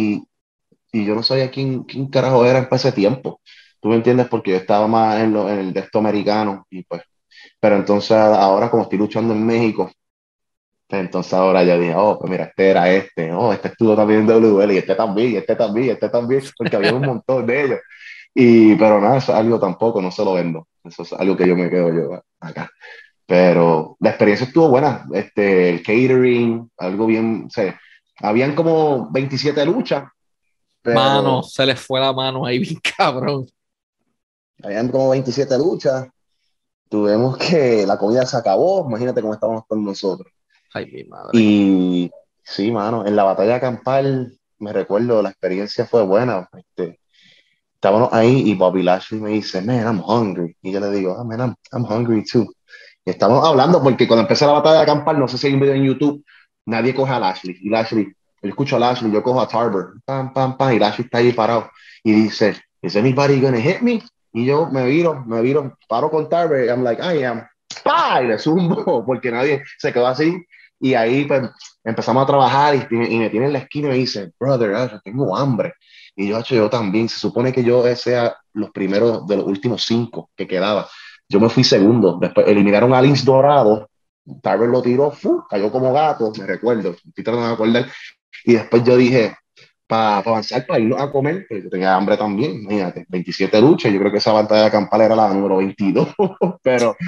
y yo no sabía quién carajo era para ese tiempo. ¿Tú me entiendes? Porque yo estaba más en el de esto americano y pues. Pero entonces ahora, como estoy luchando en México, pues entonces ahora ya dije, oh, pues mira, este era este estuvo también en WL y este también, y este también, y este también, porque había un montón de ellos. Pero nada, eso es algo tampoco, no se lo vendo. Eso es algo que yo me quedo yo acá. Pero la experiencia estuvo buena. El catering, algo bien, o sea, habían como 27 luchas, Mano, pero se les fue la mano ahí, bien cabrón. habían como 27 luchas. Tuvimos que, la comida se acabó, imagínate cómo estábamos con nosotros. Ay, mi madre. Y sí, mano, en la batalla campal, me recuerdo, la experiencia fue buena. Estábamos ahí y Bobby Lashley me dice, man, I'm hungry. Y yo le digo, man, I'm hungry too. Y estamos hablando porque cuando empecé la batalla de campal, no sé si hay un video en YouTube, nadie coge a Lashley. Y Lashley, yo escucho a Lashley, yo cojo a Tarver, pam, pam, pam, y Lashley está ahí parado. Y dice, is anybody gonna hit me? Y yo me viro, paro con Tarver, I'm like, I am. ¡Pah! Y le zumbo, porque nadie se quedó así. Y ahí pues, empezamos a trabajar y me tiene en la esquina y me dice, brother, tengo hambre. Y yo también. Se supone que yo sea los primeros de los últimos 5 que quedaba. Yo me fui segundo. Después eliminaron a Lince Dorado. Tarver lo tiró, cayó como gato, me recuerdo. Estoy tratando de acordar. Y después yo dije, para avanzar, para irnos a comer, porque yo tenía hambre también. Imagínate, 27 luchas. Yo creo que esa batalla campal era la número 22. Pero,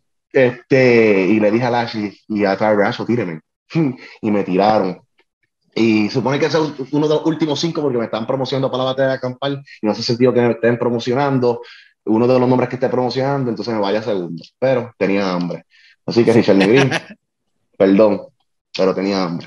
y le dije a Lashley y a Tarver, tíreme. Y me tiraron. Y supone que ese es uno de los últimos 5 porque me están promocionando para la batalla de campal y no hace sentido que me estén promocionando uno de los nombres que esté promocionando, entonces me vaya segundo. Pero tenía hambre. Así que Richard Negrín, perdón, pero tenía hambre.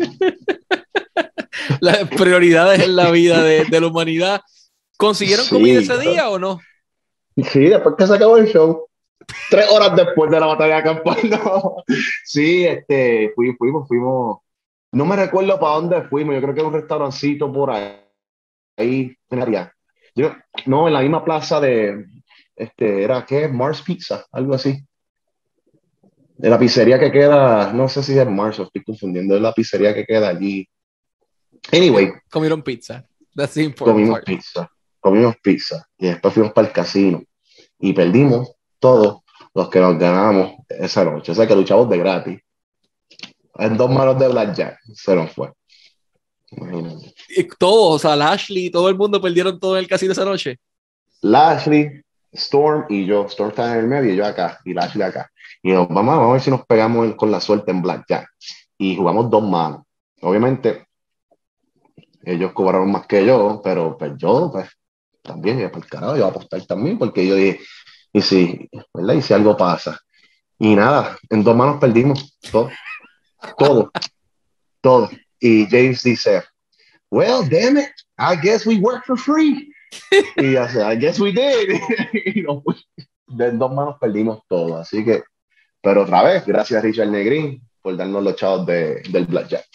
Las prioridades en la vida de la humanidad. ¿Consiguieron comida Sí, ese día o no? sí, después que se acabó el show. 3 horas después de la batalla de campal, no. Sí, fuimos. No me recuerdo para dónde fuimos. Yo creo que era un restaurancito por ahí en área. No, en la misma plaza de, era, ¿qué? Mars Pizza, algo así. De la pizzería que queda, no sé si es Mars o estoy confundiendo, es la pizzería que queda allí. Anyway, Comieron pizza. That's the important comimos part. pizza, comimos pizza y después fuimos para el casino y perdimos todos los que nos ganamos esa noche. O sea que luchamos de gratis. En 2 manos de Blackjack, se nos fue. Imagínate. Y todos, o sea, Lashley, todo el mundo perdieron todo en el casino esa noche. Lashley, Storm y yo. Storm está en el medio y yo acá, y Lashley acá. Y vamos a ver si nos pegamos con la suerte en Blackjack. Y jugamos 2 manos. Obviamente, ellos cobraron más que yo, pero pues yo, pues también, yo, por carajo, yo voy a apostar también, porque yo dije, y si, ¿verdad? Y si algo pasa. Y nada, en 2 manos perdimos todo, todo, todo. Y James dice, well, damn it, I guess we work for free. Y hace, I guess we did. Y no, pues, de 2 manos perdimos todo. Así que, pero otra vez, gracias a Richard Negrín por darnos los chavos del Blackjack.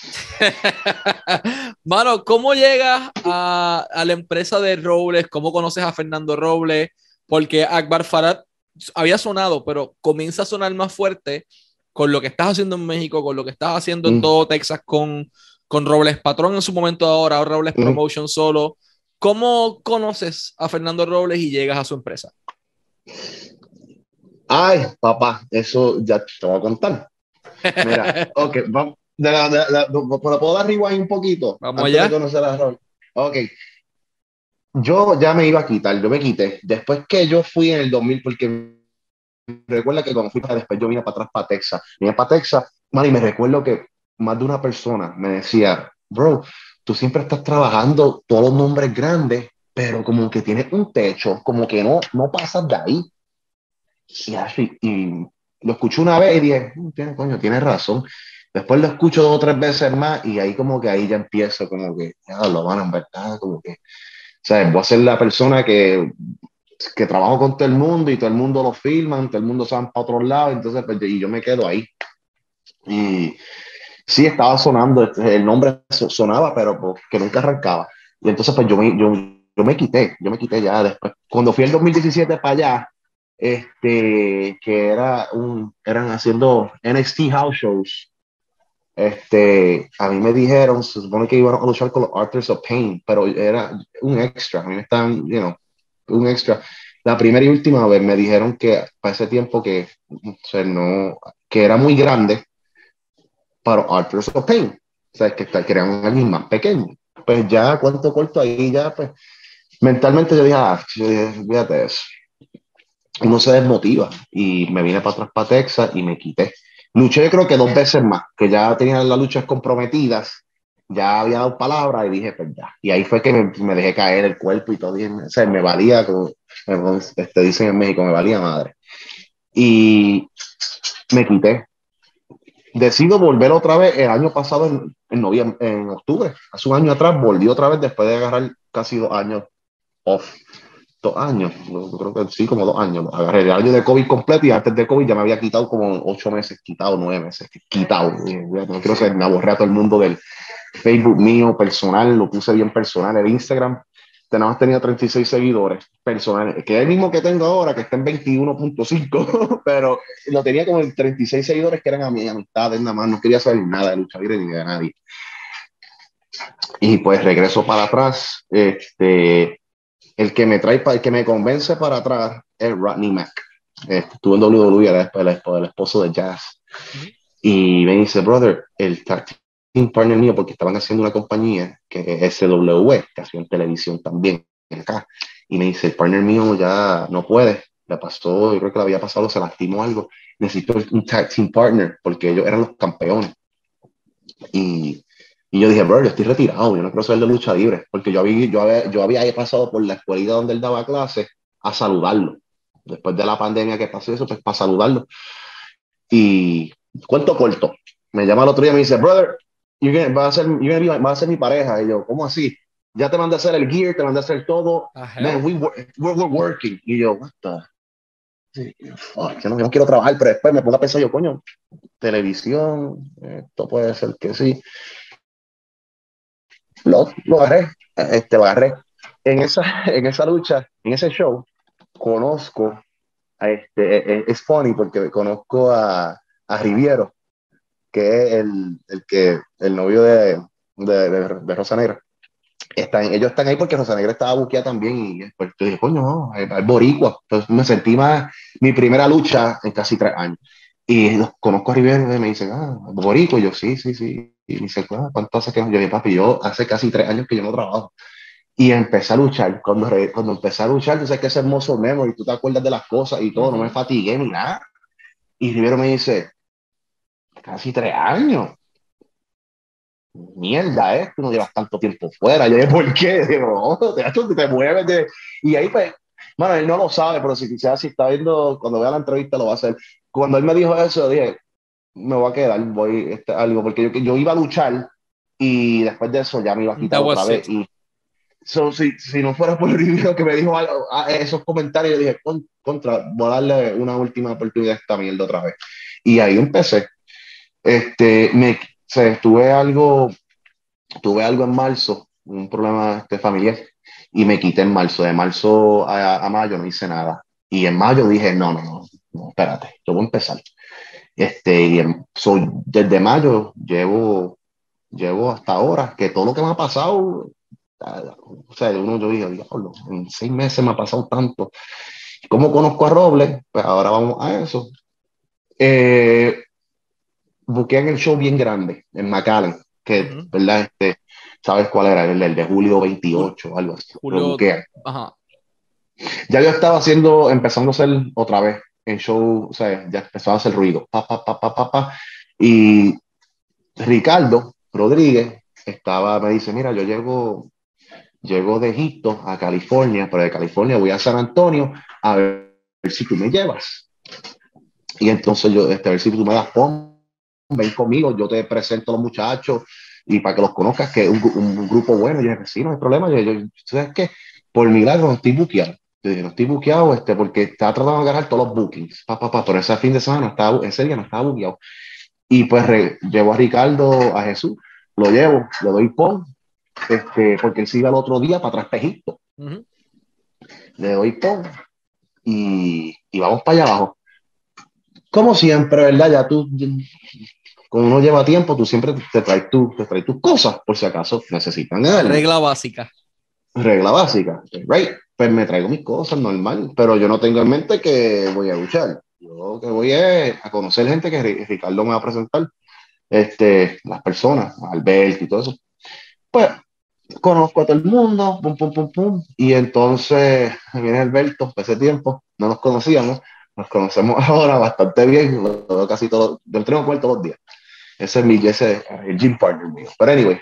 Mano, ¿cómo llegas a la empresa de Robles? ¿Cómo conoces a Fernando Robles? Porque Akbar Farad había sonado, pero comienza a sonar más fuerte con lo que estás haciendo en México, con lo que estás haciendo en Mm, todo Texas con Robles Patrón en su momento ahora Robles mm. Promotion solo. ¿Cómo conoces a Fernando Robles y llegas a su empresa? Ay, papá, eso ya te voy a contar. Mira, ok, vamos. ¿Puedo dar rewind un poquito Vamos antes de allá. conocer a Ron? Ok, yo ya me iba a quitar, yo me quité. Después que yo fui en el 2000, porque recuerda que cuando fui para después, yo vine para atrás para Texas. Vine para Texas, man, y me recuerdo que más de una persona me decía, bro, tú siempre estás trabajando todos los nombres grandes, pero como que tienes un techo, como que no pasas de ahí. Y lo escuché una vez y dije, Coño, tienes razón. Después lo escucho 2 o 3 veces más y ahí como que ahí ya empiezo como que, ya lo van en verdad, como que, o sea, voy a ser la persona que trabajo con todo el mundo y todo el mundo lo filman, todo el mundo se van para otro lado, entonces pues, y yo me quedo ahí. Y sí, estaba sonando, el nombre sonaba, pero pues, que nunca arrancaba. Y entonces pues yo me quité ya después. Cuando fui el 2017 para allá, que eran haciendo NXT House Shows, a mí me dijeron, se supone que iban a luchar con los Authors of Pain, pero era un extra, a mí me estaban, un extra. La primera y última vez me dijeron que para ese tiempo o sea, no, que era muy grande para Authors of Pain, o sea, que eran alguien más pequeño. Pues ya, cuánto corto ahí, ya, pues, mentalmente yo dije, fíjate de eso. Uno se desmotiva y me vine para atrás para Texas y me quité. Luché creo que 2 veces más, que ya tenía las luchas comprometidas, ya había dado palabras y dije, pues ya. Y ahí fue que me dejé caer el cuerpo y todo bien, o sea, me valía, como dicen en México, me valía madre. Y me quité. Decido volver otra vez el año pasado, en noviembre, en octubre, hace un año atrás, volví otra vez después de agarrar casi 2 años off. 2 años, yo creo que sí, como 2 años. Agarré el año de COVID completo y antes de COVID ya me había quitado como 8 meses, quitado 9 meses, quitado. No quiero ser, me aborré a todo el mundo del Facebook mío personal, lo puse bien personal. El Instagram, tenemos tenido 36 seguidores personales, que es el mismo que tengo ahora, que está en 21.5, pero lo tenía como en 36 seguidores que eran a mi amistades nada más, no quería saber nada de lucha libre ni de nadie. Y pues regreso para atrás, el que me trae, el que me convence para atrás es Rodney Mack. Estuvo en WWE, era el esposo de Jazz. Y me dice, brother, el tag team partner mío, porque estaban haciendo una compañía que es SW, que hacía en televisión también acá. Y me dice, el partner mío ya no puede. Le pasó, yo creo que le había pasado, se lastimó algo. Necesito un tag team partner, porque ellos eran los campeones. Y yo dije, bro, yo estoy retirado, yo no quiero ser de lucha libre, porque yo había pasado por la escuelita donde él daba clases a saludarlo. Después de la pandemia que pasó eso, pues para saludarlo. Y cuento corto, me llama el otro día y me dice, brother, vas a ser mi pareja. Y yo, ¿cómo así? Ya te mandé a hacer el gear, te mandé a hacer todo. Man, we're working. Y yo, what the? Sí, yo no quiero trabajar, pero después me pongo a pensar yo, coño, televisión, esto puede ser que sí. Lo agarré, lo agarré. En esa lucha, en ese show, conozco es funny porque conozco a Riviero, que es el novio de Rosa Negra. Ellos están ahí porque Rosa Negra estaba buqueada también y después yo dije, coño, no, es boricua. Entonces me sentí más mi primera lucha en casi 3 años. Y los conozco a Riviero y me dicen, boricua. Y yo, sí, sí, sí. Y me dice, ¿cuánto hace que no? Yo dije, papi, yo hace casi 3 años que yo no trabajo. Y empecé a luchar. Cuando empecé a luchar, tú sabes que es hermoso memory, tú te acuerdas de las cosas y todo, no me fatigué ni nada. Y Riviero me dice, casi 3 años. Mierda, tú no llevas tanto tiempo fuera. Yo dije, ¿por qué? Digo, no, te mueves. Y ahí, pues, bueno, él no lo sabe, pero quizás si está viendo, cuando vea la entrevista lo va a hacer. Cuando él me dijo eso, dije, me voy a quedar, algo, porque yo iba a luchar y después de eso ya me iba a quitar That otra was vez. it. Y si no fuera por el video que me dijo esos comentarios, yo dije, contra, voy a darle una última oportunidad a esta mierda otra vez. Y ahí empecé. O sea, tuve algo en marzo, un problema familiar, y me quité en marzo. De marzo a mayo no hice nada. Y en mayo dije, no, no, no, no, espérate, yo voy a empezar. Desde mayo llevo hasta ahora, que todo lo que me ha pasado, o sea, yo dije, diablo, en 6 meses me ha pasado tanto. ¿Cómo conozco a Robles? Pues ahora vamos a eso. Eh, Busqué en el show bien grande, en McAllen, que, ¿verdad? ¿Sabes cuál era? El de julio 28, algo así. Lo Julio, busqué. ajá. Ya yo estaba empezando a hacer otra vez el show, o sea, ya empezaba a hacer ruido. Pa, pa, pa, pa, pa, pa. Y Ricardo Rodríguez me dice, mira, yo llego de Egipto a California, pero de California voy a San Antonio a ver si tú me llevas. Y entonces a ver si tú me das pon ven conmigo, yo te presento a los muchachos y para que los conozcas, que es un grupo bueno. Y yo dije, sí, no hay problema. ¿Sabes qué? Por milagro no estoy buqueado. Yo dije, no estoy buqueado porque estaba tratando de agarrar todos los bookings. Pero ese fin de semana, ese día no estaba buqueado. Y pues llevo a Ricardo, a Jesús, lo llevo, le doy pon, porque él se iba el otro día para atrás para Egipto. Uh-huh. Le doy pon y vamos para allá abajo. Como siempre, ¿verdad? Ya tú, como uno lleva tiempo, tú siempre te traes tus cosas, por si acaso necesitan algo. Regla básica. Regla básica, right? Pues me traigo mis cosas normal, pero yo no tengo en mente que voy a luchar. Yo que voy a conocer gente que Ricardo me va a presentar, las personas, Albert y todo eso. Pues conozco a todo el mundo, pum, pum, pum, pum, y entonces viene Alberto, ese tiempo, no nos conocíamos, nos conocemos ahora bastante bien, lo veo casi todo, yo entreno con él todos los días. Ese es el gym partner mío. Pero anyway,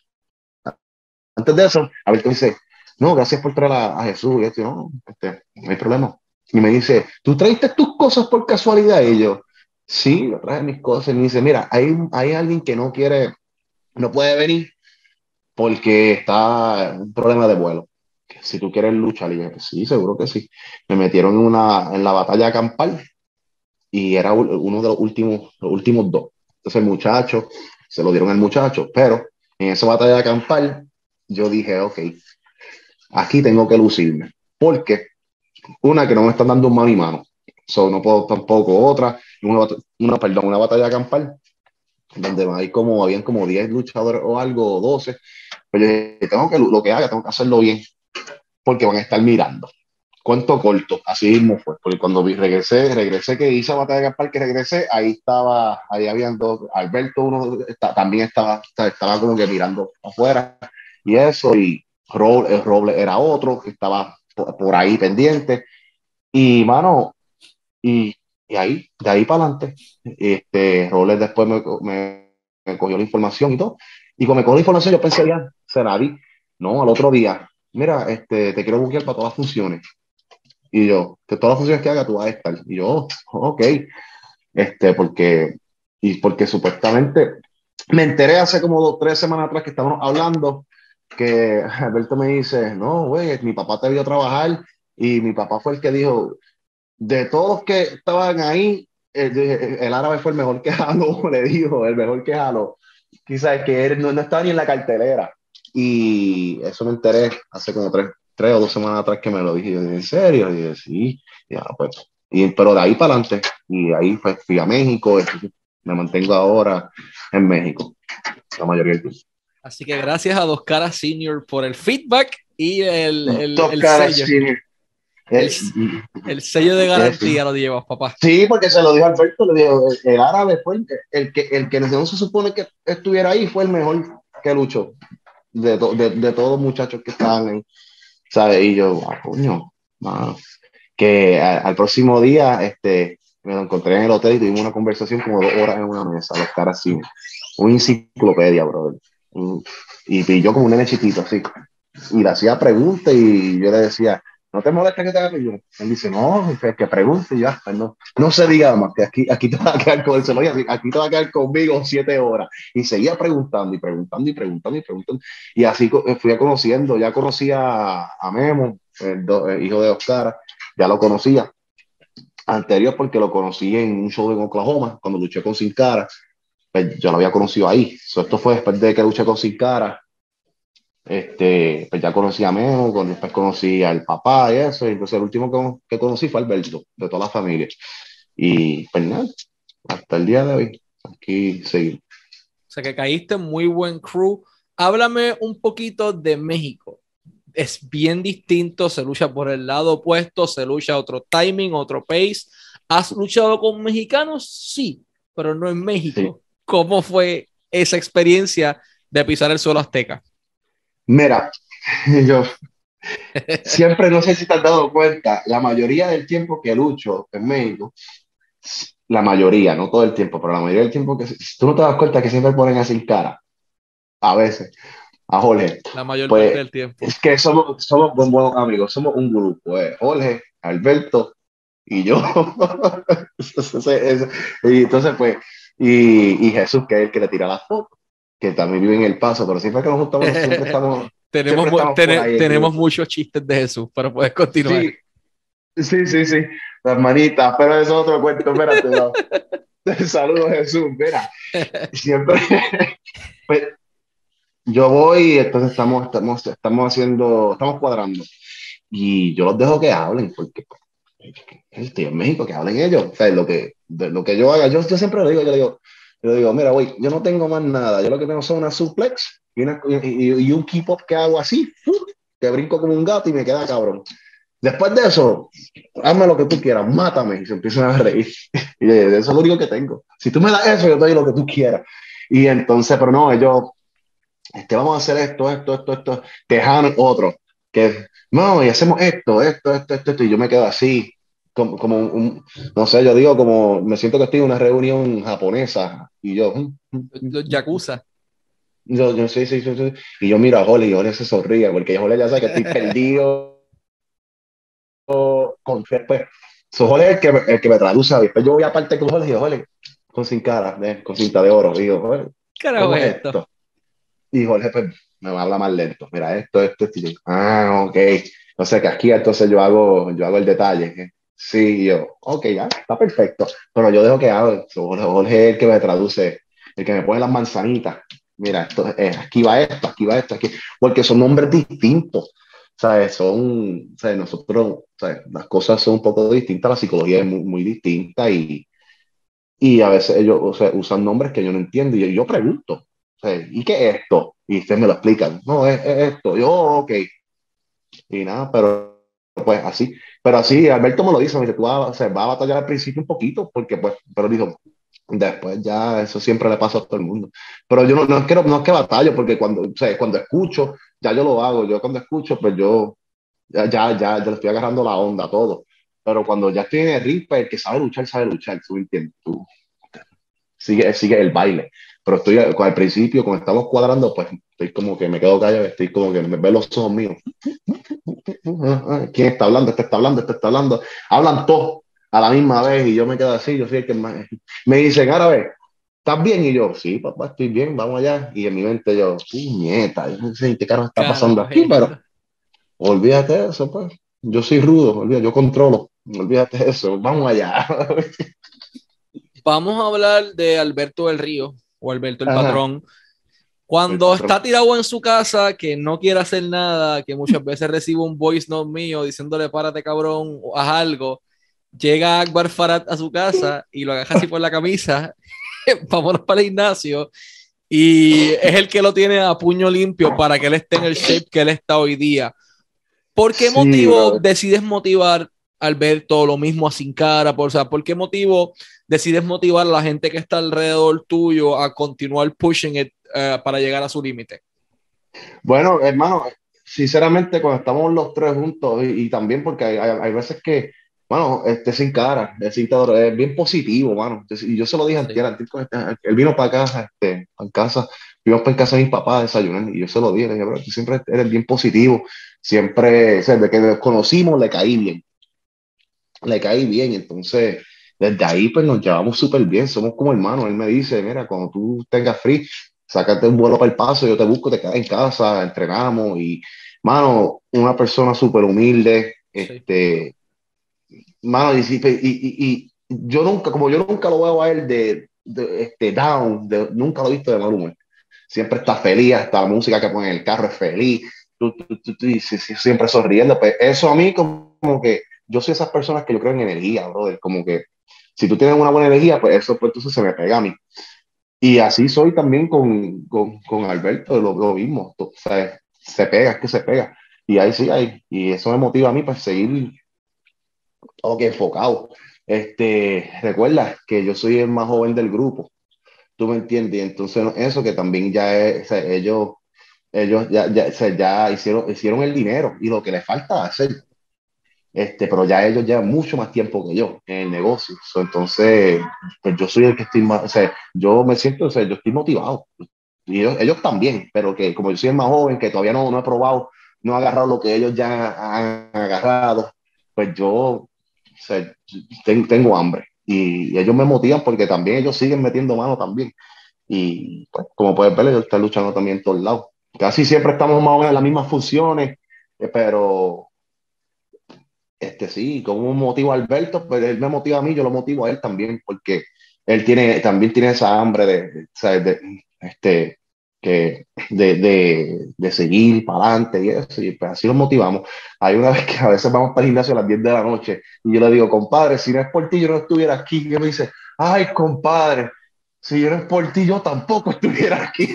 antes de eso, Alberto dice, no, gracias por traer a Jesús, y esto, no, no hay problema. Y me dice, ¿tú traiste tus cosas por casualidad? Y yo, sí, yo traje mis cosas. Y me dice, mira, hay alguien que no puede venir porque está en un problema de vuelo. Si tú quieres luchar, y yo, sí, seguro que sí. Me metieron en la batalla campal y era uno de los últimos dos. Entonces el muchacho, se lo dieron al muchacho, pero en esa batalla campal yo dije, ok, aquí tengo que lucirme, porque una que no me están dando un mano y mano, no puedo tampoco otra, una batalla campal donde habían como 10 luchadores o algo, o 12, pero yo dije, lo que haga, tengo que hacerlo bien, porque van a estar mirando. Cuento corto, así mismo fue, porque cuando regresé que hice batalla campal, que regresé, ahí habían dos, Alberto también estaba como que mirando afuera, y eso, y Roble era otro, que estaba por ahí pendiente, y mano, y, de ahí para adelante, Robles después me cogió la información y todo. Y cuando me cogió la información, yo pensé, ya, se la di. No, al otro día, mira, te quiero buquear para todas las funciones. Y yo, que todas las funciones que haga, tú vas a estar. Y yo, ok, porque, porque supuestamente me enteré hace como 3 semanas atrás que estábamos hablando, que Alberto me dice, no, güey, mi papá te vio trabajar y mi papá fue el que dijo, de todos que estaban ahí, el árabe fue el mejor que jaló, le dijo, el mejor que jaló. Quizás que él no estaba ni en la cartelera. Y eso me enteré hace como 3 o 2 semanas atrás que me lo dije. Yo dije, ¿en serio? Y dije, sí. Ya, pues. Pero de ahí para adelante, y ahí pues, fui a México, me mantengo ahora en México, la mayoría del tiempo. Así que gracias a Dos Caras Senior por el feedback y Dos el caras, sello. sí. El sello de garantía lo llevas, papá. Sí, porque se lo dijo Alberto, le dijo, el árabe fue el que no se supone que estuviera ahí, fue el mejor que luchó de todos los muchachos que estaban ahí, ¿sabes? Y yo, coño, mano. Que al próximo día me lo encontré en el hotel y tuvimos una conversación como 2 horas en una mesa, los caras así, una enciclopedia, brother. Y yo como un nene chiquito, así. Y le hacía preguntas y yo le decía, ¿no te molesta que te haga yo? Él dice, no, que pregunte y ya, pues no se diga más, que aquí te vas a quedar con el celular, aquí te vas a quedar conmigo 7 horas. Y seguía preguntando y preguntando y preguntando y preguntando. Y así fui conociendo, ya conocía a Memo, el hijo de Oscar, ya lo conocía anterior porque lo conocí en un show en Oklahoma, cuando luché con Sin Cara, pues yo lo había conocido ahí. Esto fue después de que luché con Sin Cara. Pues ya conocí a Memo, después conocí al papá y eso, y entonces el último que conocí fue Alberto, de toda la familia. Y pues nada, hasta el día de hoy, aquí seguimos. O sea que caíste en muy buen crew. Háblame un poquito de México. Es bien distinto, se lucha por el lado opuesto, se lucha otro timing, otro pace. ¿Has luchado con mexicanos? Sí, pero no en Sí. México. ¿Cómo fue esa experiencia de pisar el suelo azteca? Mira, yo siempre, no sé si te has dado cuenta, la mayoría del tiempo que lucho en México, la mayoría, no todo el tiempo, pero la mayoría del tiempo tú no te das cuenta que siempre ponen así en cara, a veces, a Jorge. La mayor parte Pues del tiempo. es que somos buenos amigos, somos un grupo, Jorge, Alberto y yo. Y entonces, pues, y Jesús, que es el que le tira las fotos, que también vive en El Paso, pero siempre que nos juntamos, siempre estamos por ahí. Tenemos muchos chistes de Jesús, pero puedes continuar. Sí, sí, las manitas, pero eso es otro cuento, espérate, no. Saludos Jesús, mira, siempre, pues, yo voy, entonces estamos cuadrando, y yo los dejo que hablen, porque pues, estoy en México, que hablen ellos, o sea, lo que yo haga, yo siempre lo digo, yo le digo, mira, güey, yo no tengo más nada, yo lo que tengo son una suplex y un keep up que hago así, que brinco como un gato y me queda cabrón. Después de eso, hazme lo que tú quieras, mátame. Y se empiezan a reír. Y eso es lo único que tengo. Si tú me das eso, yo te doy lo que tú quieras. Y entonces, pero no, ellos, vamos a hacer esto. Tejan otro, que no, y hacemos esto. Y yo me quedo así, como no sé, yo digo, como me siento que estoy en una reunión japonesa. Y yo, Los Yakuza. sí. Y yo miro a Holly y Holly se sonríe, porque Holly ya sabe que estoy perdido pues, Jorge es el que me traduce. Después yo voy aparte con Jorge y digo, Jorge, con sin cara, con cinta de oro. Y digo, Jorge, Carajo ¿cómo es esto. esto? Y Jorge pues, me habla más lento. Mira, esto. Y yo, ok. O sea que aquí entonces yo hago el detalle. Sí, y yo, ok, ya, está perfecto. Pero yo dejo que haga. Jorge es el que me traduce, el que me pone las manzanitas. Mira, aquí va esto, aquí. Porque son nombres distintos. ¿Sabes? ¿Sabes? Nosotros, ¿sabes? Las cosas son un poco distintas, la psicología es muy distinta y a veces ellos, o sea, usan nombres que yo no entiendo y yo pregunto, ¿sabes? ¿Y qué es esto? Y ustedes me lo explican. No, es esto. Yo, ok. Y nada, pues así. Pero así, Alberto me lo dice, me dice, o sea, va a batallar al principio un poquito, porque pues, pero dijo, después ya eso siempre le pasa a todo el mundo. Pero yo no es que batallo, porque o sea, cuando escucho, ya yo lo hago. Yo cuando escucho, pues ya le estoy agarrando la onda a todo. Pero cuando ya estoy en el ring, pues el que sabe luchar, tú me entiendes, tú sigue el baile. Pero al principio, cuando estamos cuadrando, pues estoy como que me quedo callado, estoy como que me ve los ojos míos. ¿Quién está hablando? Este está hablando. Hablan todos a la misma vez y yo me quedo así, yo soy el que más. Me dicen, árabe, ¿estás bien? Y yo, sí, papá, estoy bien, vamos allá. Y en mi mente yo, puñeta, yo no sé qué carajo está pasando Carajo aquí, esto. pero olvídate de eso, pues. Yo soy rudo, olvídate, yo controlo. Olvídate de eso, vamos allá. Vamos a hablar de Alberto del Río o Alberto el Ajá, Patrón. el Cuando está patrón. tirado en su casa, que no quiere hacer nada, que muchas veces recibe un voice note mío diciéndole párate cabrón o haz algo, llega Akbar Farad a su casa y lo agaja así por la camisa, vámonos para el gimnasio y es el que lo tiene a puño limpio para que él esté en el shape que él está hoy día. ¿Por qué Sí, motivo brother. decides motivar a Alberto lo mismo a Sin Cara? O sea, ¿por qué motivo decides motivar a la gente que está alrededor tuyo a continuar pushing it para llegar a su límite? Bueno, hermano, sinceramente, cuando estamos los tres juntos, y también porque hay veces que, bueno, sin cara, es bien positivo, mano. Y yo se lo dije Sí. antes, él vino para acá, en casa, fuimos para en casa de mis papás a desayunar, y yo se lo dije, le dije, bro, tú siempre eres bien positivo, siempre, o sea, desde que nos conocimos le caí bien, entonces, desde ahí, pues nos llevamos súper bien, somos como hermanos. Él me dice, mira, cuando tú tengas free, sácate un vuelo para El Paso, yo te busco, te quedas en casa, entrenamos y, mano, una persona súper humilde, Sí. mano, y como yo nunca lo veo a él down, nunca lo he visto de mal humor. Siempre está feliz, hasta la música que pone en el carro es feliz, y siempre sonriendo. Pues eso a mí como que yo soy esas personas que yo creo en energía, brother, como que si tú tienes una buena energía, pues eso pues entonces se me pega a mí. Y así soy también con Alberto, lo mismo, o sea, se pega, es que se pega. Y ahí sí, y eso me motiva a mí para seguir ok, enfocado. Recuerda que yo soy el más joven del grupo, tú me entiendes, y entonces eso que también ya es, o sea, ellos o sea, ya hicieron el dinero y lo que les falta hacer, pero ya ellos llevan mucho más tiempo que yo en el negocio. So, entonces, pues yo soy el que estoy más, o sea, yo me siento, o sea, yo estoy motivado. Y ellos también, pero que como yo soy el más joven, que todavía no he probado, no he agarrado lo que ellos ya han agarrado, pues yo, o sea, tengo hambre. y ellos me motivan porque también ellos siguen metiendo mano también. Y pues, como puedes ver, ellos están luchando también en todos lados. Casi siempre estamos más o menos en las mismas funciones, pero sí, como motivo a Alberto, pues él me motiva a mí, yo lo motivo a él también, porque él también tiene esa hambre ¿sabes? De seguir para adelante y eso, y pues así lo motivamos. Hay una vez que a veces vamos para el gimnasio a las 10 de la noche y yo le digo, compadre, si no es por ti, yo no estuviera aquí. Y él me dice, ay, compadre, si yo no es por ti, yo tampoco estuviera aquí.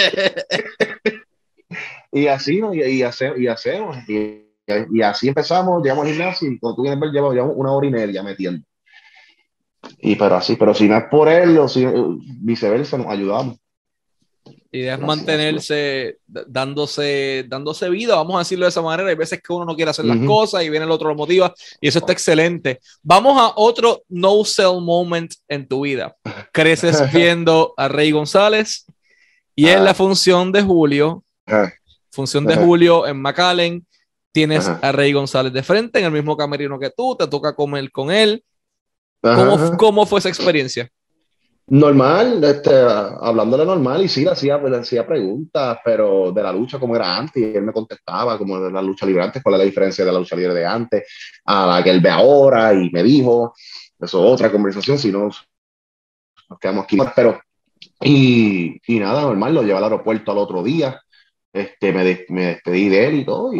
Y así, ¿no? Y hacemos. Y así empezamos, llegamos al gimnasio y cuando tú vienes a ver, llevamos 1 hora y media metiendo. Pero así, pero si no es por él o si, viceversa, nos ayudamos. Y es mantenerse dándose vida, vamos a decirlo de esa manera. Hay veces que uno no quiere hacer las cosas y viene el otro lo motiva y eso está excelente. Vamos a otro no sell moment en tu vida. Creces viendo a Rey González y en la función de Julio en McAllen, tienes a Rey González de frente en el mismo camerino que tú, te toca comer con él. ¿Cómo fue esa experiencia? Normal, hablándole normal, y sí, le hacía preguntas, pero de la lucha como era antes, y él me contestaba como de la lucha libre antes, cuál es la diferencia de la lucha libre de antes a la que él ve ahora, y me dijo, eso es otra conversación, si no nos quedamos aquí, pero, y nada, normal, lo llevé al aeropuerto al otro día, me despedí de él y todo,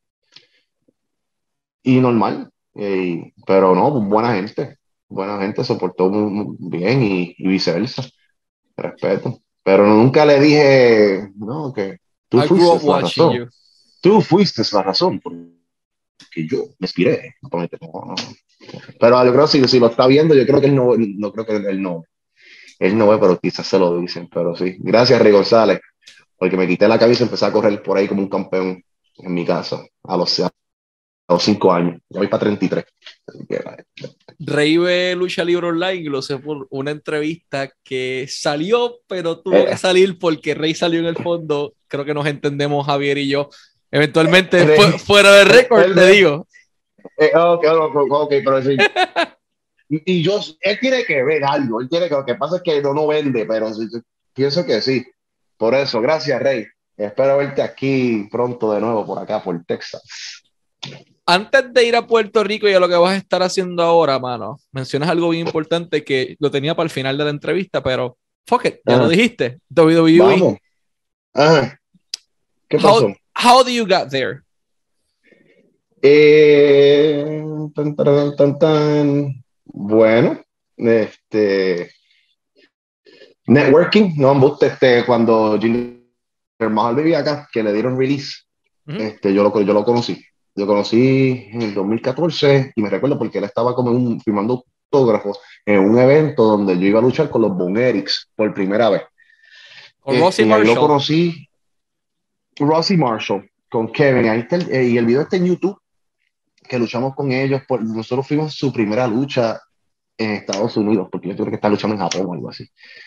y normal, pero no, buena gente, se portó muy bien y viceversa. Respeto. Pero nunca le dije, no, que tú fuiste la razón. Tú fuiste la razón porque yo me inspiré. No. Pero yo creo que si lo está viendo, yo creo que él no creo que él no ve, pero quizás se lo dicen. Pero sí, gracias, Rey González, porque me quité la cabeza y empecé a correr por ahí como un campeón en mi casa a los 5 años. Ya voy para 33. Rey ve Lucha Libre Online y lo sé por una entrevista que salió, pero tuvo que salir porque Rey salió en el fondo. Creo que nos entendemos, Javier y yo. Eventualmente, fuera de récord, te digo. Ok, pero sí. Y él tiene que ver algo, lo que pasa es que no vende, pero pienso que sí. Por eso, gracias, Rey. Espero verte aquí pronto de nuevo por acá, por Texas. Antes de ir a Puerto Rico y a lo que vas a estar haciendo ahora, mano, mencionas algo bien importante que lo tenía para el final de la entrevista, pero fuck it, ya lo dijiste. WWE. Vamos. ¿Qué pasó? How do you get there? Bueno, networking, no, cuando Jinder Mahal vivía acá, que le dieron release, yo lo conocí. Yo conocí en el 2014 y me recuerdo porque él estaba como firmando autógrafos en un evento donde yo iba a luchar con los Von Erichs por primera vez. Con Rossy Marshall. Ahí lo conocí, Rossy Marshall, con Kevin. Ahí está y el video está en YouTube, que luchamos con ellos. Nosotros fuimos su primera lucha en Estados Unidos, porque yo creo que está luchando en Japón o algo así.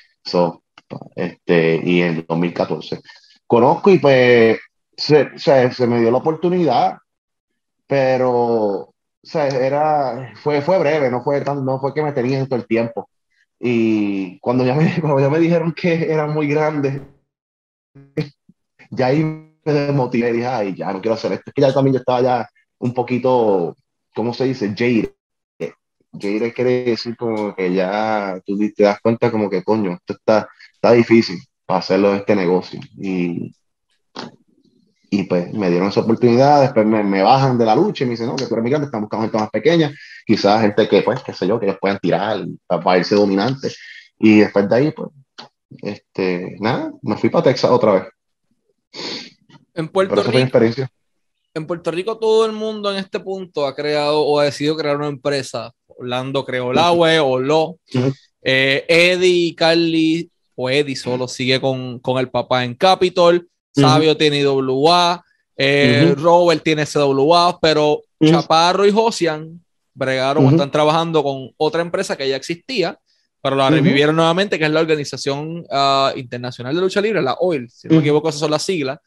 Y en 2014. Conozco y pues se me dio la oportunidad, pero o sea, fue breve, no fue que me tenían todo el tiempo. Y cuando cuando ya me dijeron que era muy grande, ya ahí me desmotivé y dije, ay, ya no quiero hacer esto. Es que ya también yo estaba ya un poquito, ¿cómo se dice? Jaded. Jaded quiere decir como que ya tú te das cuenta como que, coño, esto está difícil para hacerlo en este negocio. Y pues me dieron esa oportunidad, después me bajan de la lucha y me dicen, no, que tú eres migrante, están buscando gente más pequeña, quizás gente que, pues, qué sé yo, que ellos puedan tirar para irse dominantes. Y después de ahí, pues, nada, me fui para Texas otra vez. En Puerto Rico, en Puerto Rico todo el mundo en este punto ha creado o ha decidido crear una empresa. Orlando creó la web o lo. Eddie y Carly, o Eddie solo sigue con el papá en Capitol. Sabio tiene IWA. Robert tiene CWA, pero Chaparro y Josian bregaron o están trabajando con otra empresa que ya existía, pero la revivieron nuevamente, que es la Organización Internacional de Lucha Libre, la OIL, si no me equivoco, esas son las siglas.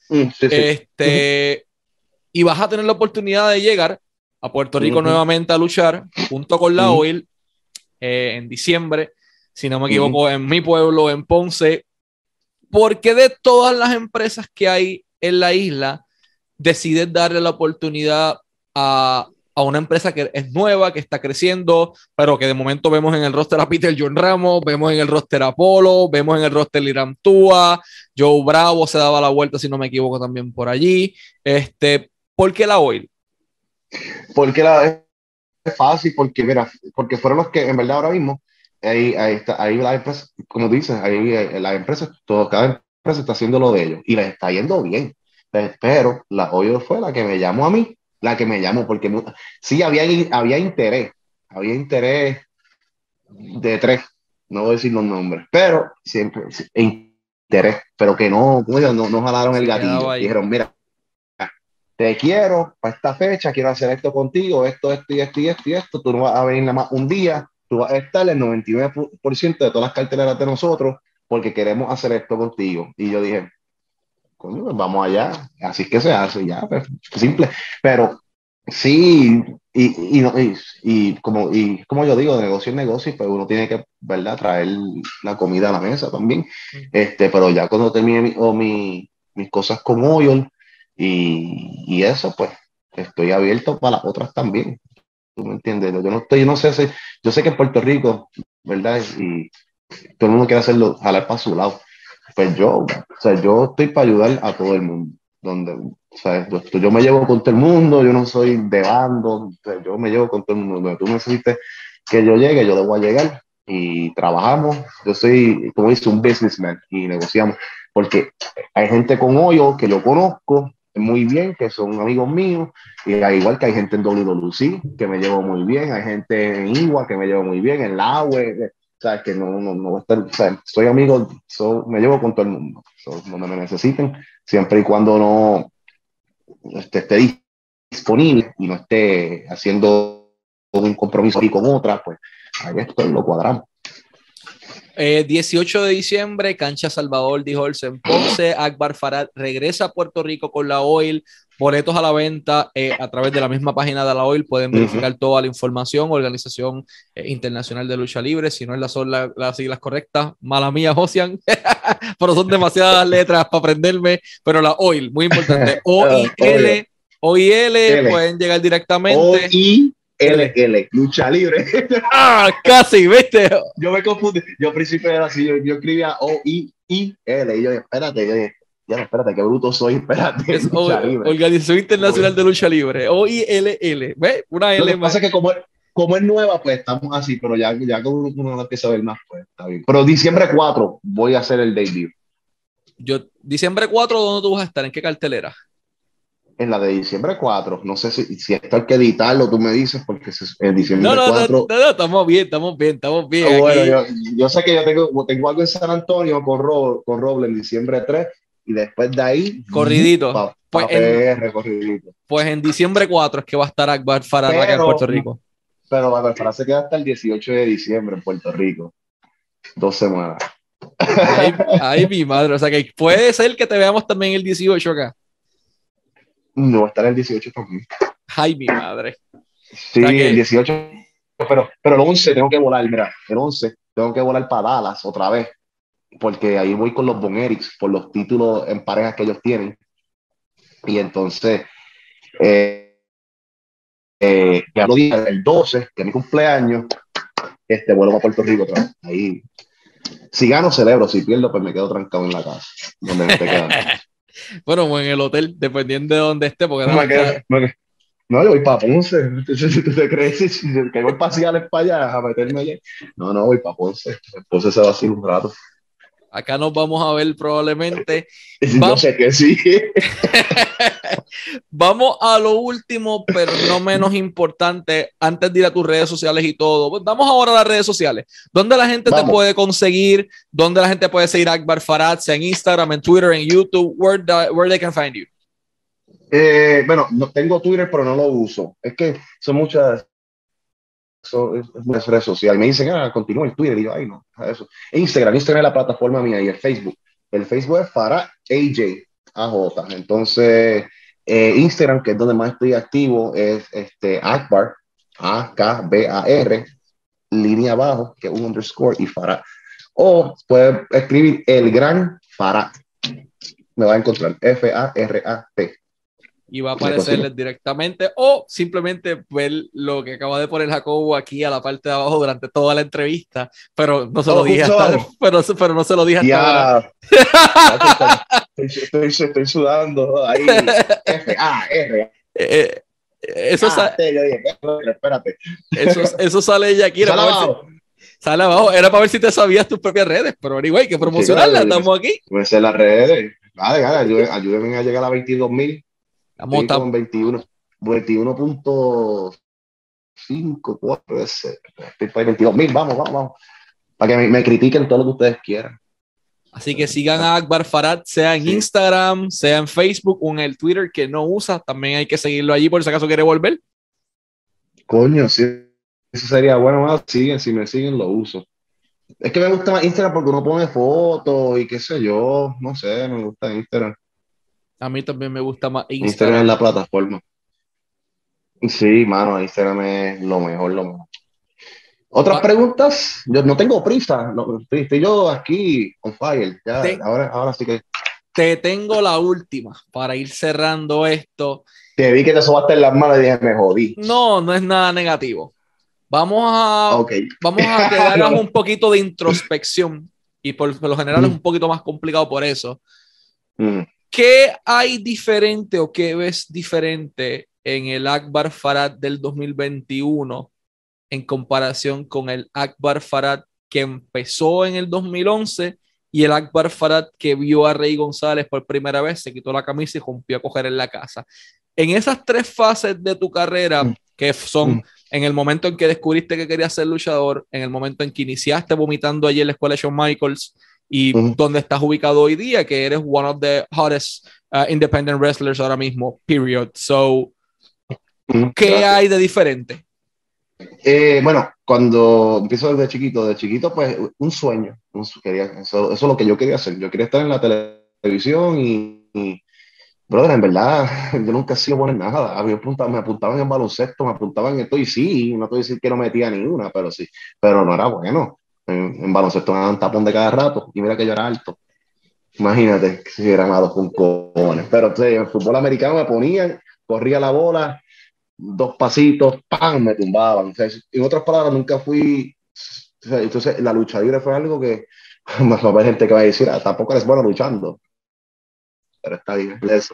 Y vas a tener la oportunidad de llegar a Puerto Rico nuevamente a luchar junto con la OIL. en diciembre, si no me equivoco, en mi pueblo, en Ponce. ¿Por qué de todas las empresas que hay en la isla decides darle la oportunidad a una empresa que es nueva, que está creciendo, pero que de momento vemos en el roster a Peter John Ramos, vemos en el roster a Polo, vemos en el roster Liram Tua, Joe Bravo se daba la vuelta, si no me equivoco, también por allí? ¿Por qué la Oil? Porque es fácil, porque mira, porque fueron los que en verdad ahora mismo, ahí está, ahí la empresa, como dices, ahí la empresa, cada empresa está haciendo lo de ellos y les está yendo bien. Pero la Oil fue la que me llamó a mí, la que me llamó, porque sí había interés de tres, no voy a decir los nombres, pero siempre sí, interés, pero que no, ¿cómo digo? No jalaron el Se quedaba gatillo. ahí. Dijeron, mira, te quiero para esta fecha, quiero hacer esto contigo, esto y esto y esto y esto, tú no vas a venir nada más un día, tú vas a estar el 99% de todas las carteleras de nosotros porque queremos hacer esto contigo. Y yo dije, coño, pues vamos allá, así es que se hace, ya, pues, simple, pero sí, y como yo digo, de negocio en negocio, pues uno tiene que, ¿verdad?, traer la comida a la mesa también, pero ya cuando termine mis cosas con Oil y eso, pues estoy abierto para las otras también, ¿tú me entiendes? Yo no estoy, yo no sé si, yo sé que en Puerto Rico, ¿verdad?, y todo el mundo quiere hacerlo, jalar para su lado. Pues yo, o sea, yo estoy para ayudar a todo el mundo. Donde, o sea, yo me llevo con todo el mundo, yo no soy de bando, o sea, yo me llevo con todo el mundo. Donde tú necesites que yo llegue, yo debo llegar y trabajamos. Yo soy, como dice, un businessman y negociamos. Porque hay gente con hoyo que yo conozco muy bien, que son amigos míos, y al igual que hay gente en WWC que me llevo muy bien, hay gente en IWA que me llevo muy bien, en la UE, sabes que no va a estar, o sea, soy amigo, me llevo con todo el mundo, donde me necesiten, siempre y cuando no esté disponible y no esté haciendo un compromiso ahí con otra, pues ahí esto lo cuadramos. 18 de diciembre, cancha Salvador de Holz en Ponce. Akbar Farad regresa a Puerto Rico con la Oil. Boletos a la venta a través de la misma página de la Oil. Pueden verificar toda la información. Organización Internacional de Lucha Libre. Si no son las siglas correctas, mala mía, Josian. Pero son demasiadas letras para aprenderme. Pero la Oil, muy importante. O-I-L. O-I-L. Pueden llegar directamente. O-I-L-L, lucha libre. Ah, casi, ¿viste? Yo me confundí. Yo al principio era así, yo escribía O-I-I-L. Y yo, espérate, espérate, qué bruto soy, espérate, Es lucha libre. Organización Internacional de Lucha Libre, OILL. ¿Ves? Una Lo L que más. pasa es que como es nueva, pues estamos así, pero ya como uno no empieza a ver más, pues está bien. Pero diciembre 4 voy a hacer el debut. Diciembre 4, ¿dónde tú vas a estar? ¿En qué cartelera? En la de diciembre 4 no sé si esto hay que editarlo, tú me dices, porque en No, diciembre no, no, 4 no, estamos bien, estamos bien bueno, aquí. yo sé que yo tengo algo en San Antonio con Roble en diciembre 3 y después de ahí, Corridito. Pues PR, corridito. pues en diciembre 4 es que va a estar Akbar Farad acá en Puerto Pero, Rico. pero para se queda hasta el 18 de diciembre en Puerto Rico. 2 semanas. Ay, mi madre. O sea que puede ser que te veamos también el 18 acá. No va a estar el 18 también. Ay, mi madre. O sea Sí, el que 18, pero el 11 tengo que volar, mira, el 11 tengo que volar para Dallas otra vez, porque ahí voy con los Von Erichs por los títulos en parejas que ellos tienen. Y entonces, ya lo dije, el 12, que es mi cumpleaños, vuelvo a Puerto Rico otra vez. Ahí, si gano, celebro, si pierdo, pues me quedo trancado en la casa, donde me esté quedando. bueno, o en el hotel, dependiendo de dónde esté, porque no, yo voy para Ponce. ¿Tú te crees que voy para Ciales para allá a meterme allá? No, voy para Ponce. Entonces se va así un rato. acá nos vamos a ver probablemente. Yo sé que sí. Vamos a lo último, pero no menos importante, antes de ir a tus redes sociales y todo. Pues vamos ahora a las redes sociales. ¿Dónde la gente te puede conseguir? ¿Dónde la gente puede seguir a Akbar Farad? Sea en Instagram, en Twitter, en YouTube. Where they can find you. Bueno, no tengo Twitter, pero no lo uso. Es que son muchas redes sociales. Me dicen, continúa el Twitter. Y yo, ay, no, eso. Instagram es la plataforma mía y el Facebook. El Facebook es para AJ. Entonces, Instagram, que es donde más estoy activo, es Akbar, AKBAR, línea abajo, que es un underscore, y Farad. O puedes escribir el gran Farad. Me va a encontrar F-A-R-A-T. Y va a aparecerles directamente o simplemente ver lo que acaba de poner Jacobo aquí a la parte de abajo durante toda la entrevista, pero no se lo dije hasta, pero no se lo dije hasta ahora. Estoy sudando ahí. F-A-R. Eso espérate. Eso sale ya aquí. Sale abajo. Era para ver si te sabías tus propias redes, pero anyway, que promocionarlas. Estamos aquí. Pues en las redes. Ayúdenme a llegar a 22,000. Estamos con 21.5, 4, estoy para 22,000. Vamos. Para que me critiquen todo lo que ustedes quieran. Así que sigan a Akbar Farad, sea en Instagram, sea en Facebook o en el Twitter que no usa. También hay que seguirlo allí por si acaso quiere volver. Coño, sí. Eso sería bueno. Si me siguen, lo uso. Es que me gusta más Instagram porque uno pone fotos y qué sé yo. No sé, me gusta Instagram. A mí también me gusta más Instagram. Instagram es la plataforma. Sí, mano, Instagram es lo mejor. ¿Otras preguntas? Yo no tengo prisa. Estoy yo aquí on fire. Ahora sí que... Te tengo la última para ir cerrando esto. Te vi que te sobaste en las manos y dije, me jodí. No es nada negativo. Vamos a que hagas un poquito de introspección y por lo general es un poquito más complicado por eso. ¿Qué hay diferente o qué ves diferente en el Akbar Farad del 2021 en comparación con el Akbar Farad que empezó en el 2011 y el Akbar Farad que vio a Rey González por primera vez, se quitó la camisa y rompió a coger en la casa? En esas tres fases de tu carrera, que son en el momento en que descubriste que querías ser luchador, en el momento en que iniciaste vomitando allí en la escuela de Shawn Michaels y donde estás ubicado hoy día, que eres one of the hottest independent wrestlers ahora mismo, period. So, ¿qué hay de diferente? Bueno, cuando empiezo desde chiquito, pues un sueño. Eso es lo que yo quería hacer. Yo quería estar en la televisión y brother, en verdad, yo nunca he sido bueno en nada. A mí me apuntaban en baloncesto, me apuntaban en esto, y sí, no te voy a decir que no metía ni una, pero sí, pero no era bueno. En baloncesto me daban tapón de cada rato, y mira que yo era alto. Imagínate si eran malos con cojones. Pero entonces, en el fútbol americano me ponían, corría la bola, 2 pasitos, ¡pam!, me tumbaban. O sea, en otras palabras, nunca fui. O sea, entonces, la lucha libre fue algo que más va a haber gente que va a decir, tampoco eres bueno luchando. Pero está bien, eso.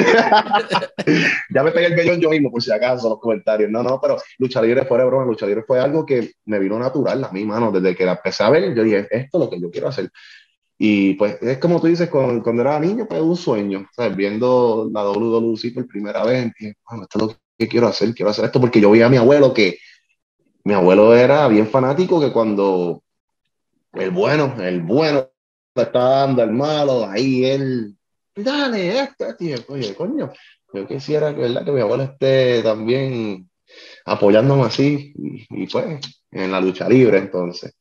Ya me pegué el guión yo mismo, por si acaso, los comentarios. No, pero lucha libre fue broma. Lucha libre fue algo que me vino natural a mí, mano. Desde que la empecé a ver, yo dije, esto es lo que yo quiero hacer. Y pues es como tú dices, cuando era niño, pues un sueño, ¿sabes? Viendo la WWC por primera vez, dije, bueno, esto es lo que quiero hacer esto porque yo veía a mi abuelo mi abuelo era bien fanático, que cuando el bueno le estaba dando al malo, ahí él, dale, y dije, oye, coño, yo quisiera que, ¿verdad?, que mi abuelo esté también apoyándome así, y pues, en la lucha libre, entonces.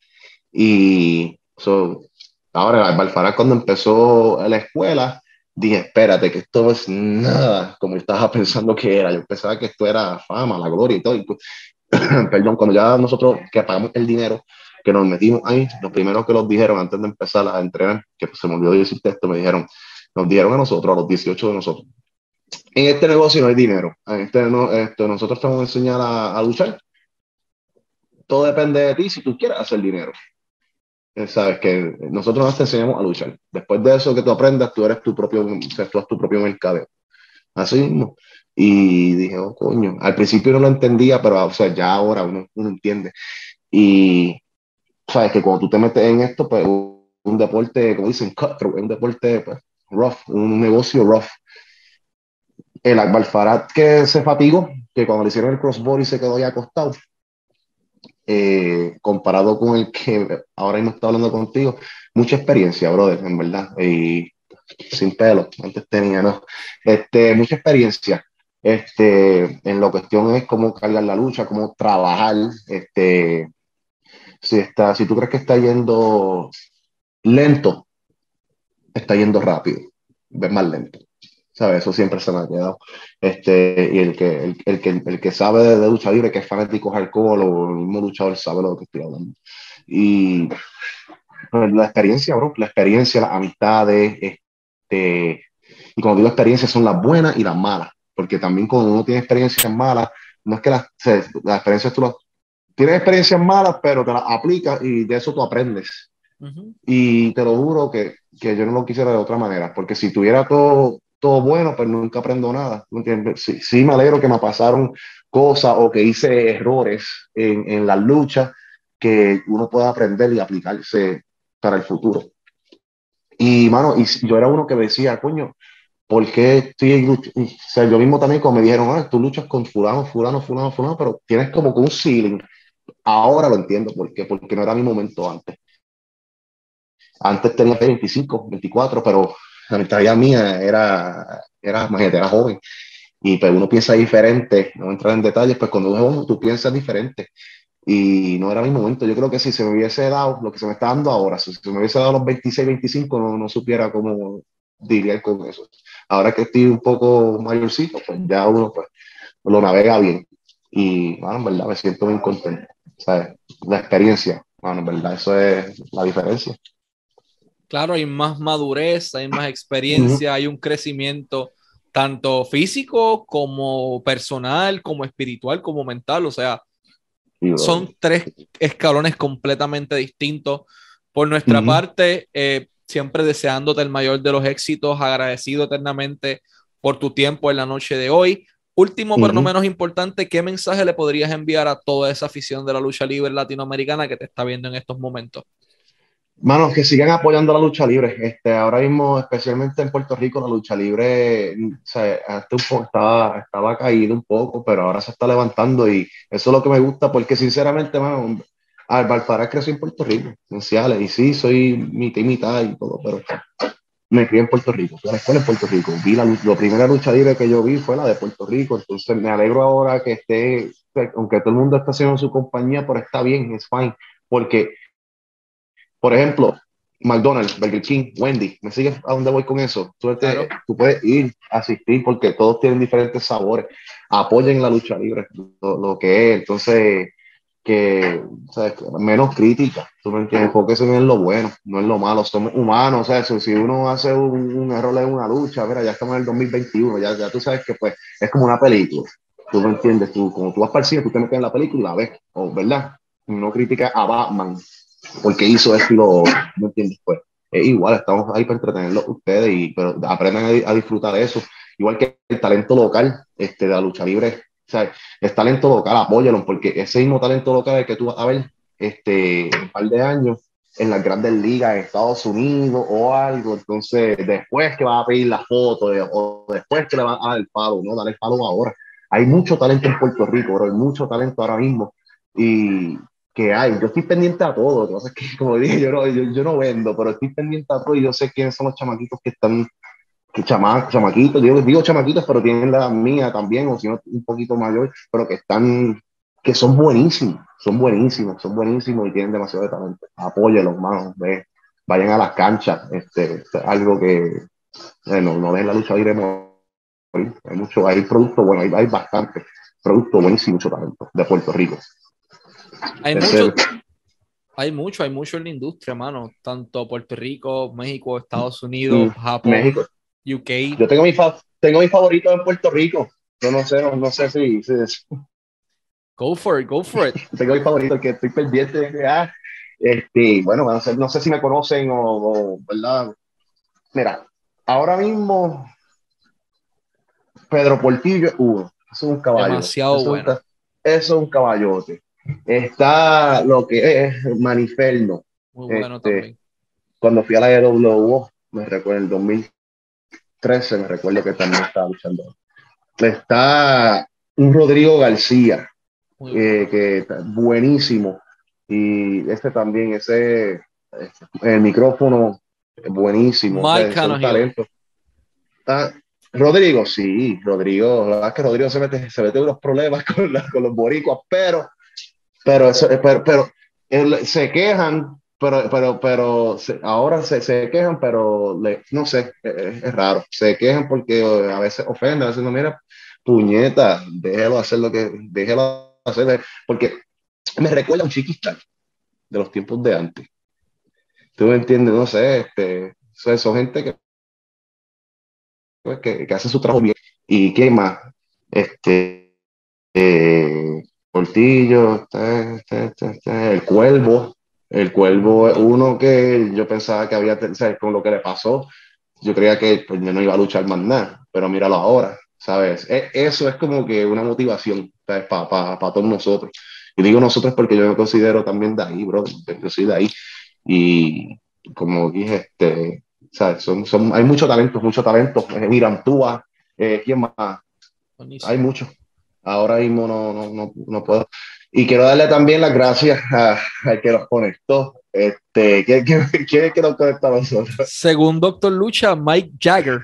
Y ahora, Balfarás, cuando empezó la escuela, dije, espérate, que esto no es nada como yo estaba pensando que era. Yo pensaba que esto era fama, la gloria y todo. Y pues, perdón, cuando ya nosotros que pagamos el dinero, que nos metimos ahí, los primeros que nos dijeron antes de empezar a entrenar, que pues, se me olvidó decirte esto, nos dijeron a nosotros, a los 18 de nosotros, en este negocio no hay dinero. Nosotros te vamos a enseñar a luchar. Todo depende de ti si tú quieres hacer dinero. Sabes que nosotros nos te enseñamos a luchar. Después de eso que tú aprendas, tú eres tu propio, o sea, tú eres tu propio mercadeo. Así mismo. Y dije, oh, coño. Al principio no lo entendía, pero o sea, ya ahora uno entiende. Y sabes que cuando tú te metes en esto, pues un deporte, como dicen, cutthroat, un deporte pues, rough, un negocio rough. El Akbar Farad que se fatigó, que cuando le hicieron el crossbody se quedó ya acostado, comparado con el que ahora mismo está hablando contigo, mucha experiencia, brother, en verdad, y sin pelo, antes tenía, ¿no? Mucha experiencia, en la cuestión es cómo cargar la lucha, cómo trabajar, si tú crees que está yendo lento, está yendo rápido, ves más lento. ¿sabes? Eso siempre se me ha quedado. Y el que sabe de lucha libre, que es fanático hardcore o el mismo luchador, sabe lo que estoy hablando. Y pues, la experiencia, bro, la experiencia, las amistades, y cuando digo experiencias son las buenas y las malas, porque también cuando uno tiene experiencias malas, no es que las experiencias tienes experiencias malas, pero te las aplicas y de eso tú aprendes. Uh-huh. Y te lo juro que yo no lo quisiera de otra manera, porque si tuviera todo bueno, pues nunca aprendo nada. ¿Me entiendes? Sí, sí me alegro que me pasaron cosas o que hice errores en las luchas que uno pueda aprender y aplicarse para el futuro. Y, mano, yo era uno que decía, coño, ¿por qué estoy luchando? O sea, yo mismo también, como me dijeron, tú luchas con fulano, fulano, fulano, fulano, pero tienes como que un ceiling. Ahora lo entiendo, ¿por qué? Porque no era mi momento antes. Antes tenía 25, 24, pero la mentalidad mía imagínate, era joven. Y pues uno piensa diferente, no entrar en detalles, pues cuando uno es joven, tú piensas diferente. Y no era mi momento. Yo creo que si se me hubiese dado lo que se me está dando ahora, si se me hubiese dado los 26, 25, no supiera cómo lidiar con eso. Ahora que estoy un poco mayorcito, pues ya uno pues, lo navega bien. Y, bueno, en verdad, me siento muy contento. ¿Sabes? La experiencia, bueno, en verdad, eso es la diferencia. Claro, hay más madurez, hay más Uh -huh. experiencia, hay un crecimiento tanto físico como personal, como espiritual, como mental. O sea, Y, uh son tres escalones completamente distintos. Por nuestra -huh. parte, siempre deseándote el mayor de los éxitos, agradecido eternamente por tu tiempo en la noche de hoy. Último, Uh pero no -huh. menos importante, ¿qué mensaje le podrías enviar a toda esa afición de la lucha libre latinoamericana que te está viendo en estos momentos? Manos, que sigan apoyando la lucha libre. Ahora mismo, especialmente en Puerto Rico, la lucha libre, o sea, estaba caído un poco, pero ahora se está levantando y eso es lo que me gusta porque sinceramente, mano, Valparaíso creció en Puerto Rico, en Ciales, y sí, soy mitad y mitad y todo, pero me crié en Puerto Rico, fui a la escuela en Puerto Rico. La primera lucha libre que yo vi fue la de Puerto Rico, entonces me alegro ahora que aunque todo el mundo está haciendo su compañía, pero está bien, es fine, porque por ejemplo, McDonald's, Burger King, Wendy, ¿me sigues a dónde voy con eso? Claro. Tú puedes ir, asistir, porque todos tienen diferentes sabores. Apoyen la lucha libre, lo que es. Entonces, o sea, menos crítica, ¿tú me entiendes? Porque eso no es lo bueno, no es lo malo. Somos humanos, o sea, si uno hace un error en una lucha, mira, ya estamos en el 2021, ya tú sabes que pues es como una película. ¿Tú me entiendes? Como tú vas para el cine, tú te metes en la película y la ves, ¿verdad? No critica a Batman porque hizo esto y lo, ¿no entiendes? Pues es igual, estamos ahí para entretenerlos ustedes, pero aprendan a disfrutar de eso. Igual que el talento local de la lucha libre, o sea, es talento local, apóyalo, porque ese mismo talento local es que tú vas a ver un par de años en las grandes ligas en Estados Unidos o algo, entonces después que vas a pedir la foto o después que le van a dar el palo, no, dar el palo ahora. Hay mucho talento en Puerto Rico, bro, hay mucho talento ahora mismo y que hay. Yo estoy pendiente a todo. Entonces, que, como dije, yo no vendo, pero estoy pendiente a todo y yo sé quiénes son los chamaquitos que están, chamaquitos, digo chamaquitos, pero tienen la mía también, o si no, un poquito mayor, pero que son buenísimos, son buenísimos y tienen demasiado de talento. Apóyelos, manos, vayan a las canchas, algo que, bueno, no dejen la lucha libre morir. Hay producto bueno, hay bastante producto buenísimo, mucho talento de Puerto Rico. Hay Ese, mucho, hay mucho en la industria, mano. Tanto Puerto Rico, México, Estados Unidos, México. Japón, UK. Yo tengo mi favorito en Puerto Rico. Yo no sé si Go for it, go for it. tengo mi favorito, el que estoy pendiente. Bueno, no sé si me conocen ¿verdad? Mira, ahora mismo Pedro Portillo es uno. Eso es un caballo. Demasiado bueno. Eso es un caballote. Está lo que es Maniferno. Muy bueno Este, también. cuando fui a la EWO, me recuerdo en el 2013, me recuerdo que también estaba luchando. Está un Rodrigo García, Muy bueno. que está buenísimo. Y también, el micrófono, buenísimo. O Mike sea, son Canohill. talentos. Ah, Rodrigo, sí, Rodrigo, la verdad es que Rodrigo se mete en unos problemas con los boricuas, pero se quejan ahora se quejan, pero no sé, es raro. Se quejan porque a veces ofenden, a veces no, mira, puñeta, déjelo hacer, porque me recuerda a un chiquistal de los tiempos de antes. ¿Tú me entiendes? No sé, son gente que hace su trabajo bien. ¿Y quién más? Portillo, el Cuervo. El Cuervo es uno que yo pensaba que había, o sea, con lo que le pasó, yo creía que pues, no iba a luchar más nada, pero míralo ahora, ¿sabes? Eso es como que una motivación, ¿sabes? Para todos nosotros. Y digo nosotros porque yo me considero también de ahí, bro, yo soy de ahí. Y como dije, ¿sabes? Hay mucho talento. Mira, Tua, ¿quién más? Hay Buenísimo. mucho. Ahora mismo no puedo. Y quiero darle también las gracias al que nos conectó. ¿Quién es que nos conectó a nosotros? Según Doctor Lucha, Mike Jagger.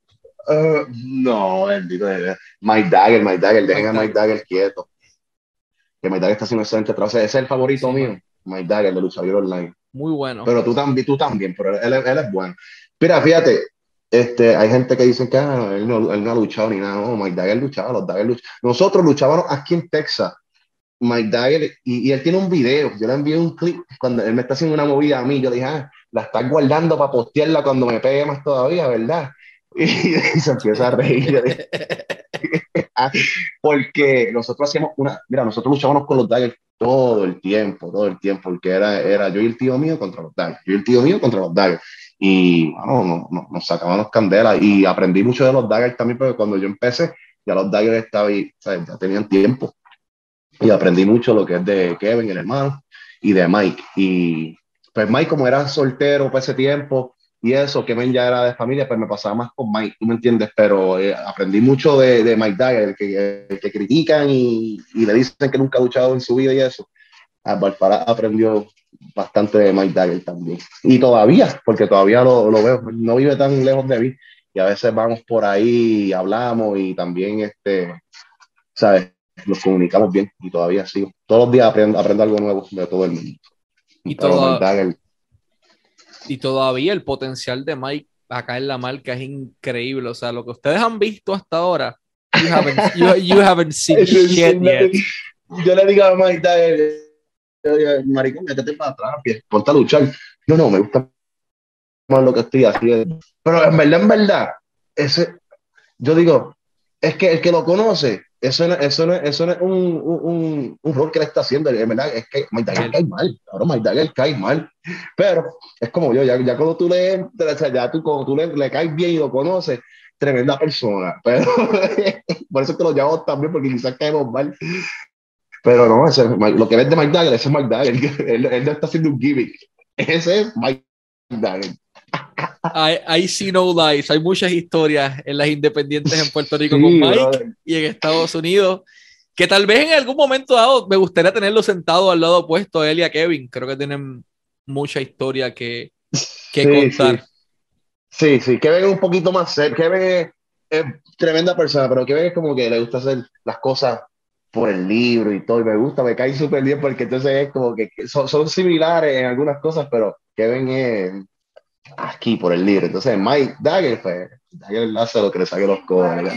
No, bendito de Dios. Mike Dagger, dejen Mike a Mike Jagger. Dagger quieto. Que Mike Dagger está haciendo excelente trabajo. Ese es el favorito Sí, mío, Mike Dagger de Lucha Libre Online. muy bueno. Pero tú también, pero él es bueno. Mira, fíjate, hay gente que dice que él no ha luchado ni nada. No, Mike Dagger luchaba, los Dagger luchaban. Nosotros luchábamos aquí en Texas. Mike Dagger, y él tiene un video, yo le envié un clip cuando él me está haciendo una movida a mí, yo le dije, la estás guardando para postearla cuando me pegue más todavía, ¿verdad? Y se empieza a reír, yo dije, porque nosotros hacíamos mira, nosotros luchábamos con los Dagger todo el tiempo, porque era yo y el tío mío contra los Dagger, yo y el tío mío contra los Dagger, y bueno, nos sacábamos candela, y aprendí mucho de los Dagger también, porque cuando yo empecé, ya los Dagger estaban, ¿sabes? Ya tenían tiempo, y aprendí mucho lo que es de Kevin, el hermano, y de Mike. Y pues Mike, como era soltero por ese tiempo y eso, Kevin ya era de familia, pues me pasaba más con Mike, ¿tú me entiendes? Pero aprendí mucho de Mike Dagger, el que critican y le dicen que nunca ha luchado en su vida y eso. Barbara aprendió bastante de Mike Dagger también. Y todavía, porque todavía lo veo, no vive tan lejos de mí. Y a veces vamos por ahí, hablamos y también, ¿sabes? Nos comunicamos bien y todavía sigo. Todos los días aprendo algo nuevo de todo el mundo. Y, Pero Mike toda, Dagger, y todavía el potencial de Mike acá en la marca es increíble. O sea, lo que ustedes han visto hasta ahora, you haven't seen shit yet. yo le digo a Mike Dagger, maricón, métete para atrás, ponte a luchar. No, me gusta más lo que estoy haciendo. Pero en verdad, ese, yo digo, es que el que lo conoce, eso no es un rol que le está haciendo, en verdad, es que Mike Dagger cae mal, ahora Mike Dagger cae mal, pero es como yo, ya cuando tú le entras, o sea, ya tú cuando tú le caes bien y lo conoces, tremenda persona, pero por eso es que lo llamo también, porque quizás caemos mal, pero no, lo que ves de Mike Dagger, ese es Mike Dagger, él no está haciendo un gimmick, ese es Mike Dagger. I see no lies. Hay muchas historias en las independientes en Puerto Rico con Sí, Mike brother. y en Estados Unidos, que tal vez en algún momento dado me gustaría tenerlo sentado al lado opuesto a él y a Kevin. Creo que tienen mucha historia que Sí, sí. contar. Sí, Kevin es un poquito más serio. Kevin es tremenda persona, pero Kevin es como que le gusta hacer las cosas por el libro y todo, y me cae súper bien porque entonces es como que son similares en algunas cosas, pero Kevin es aquí por el libro. Entonces Mike Dagger, pues, Dagger hace lo que le saque los cojones.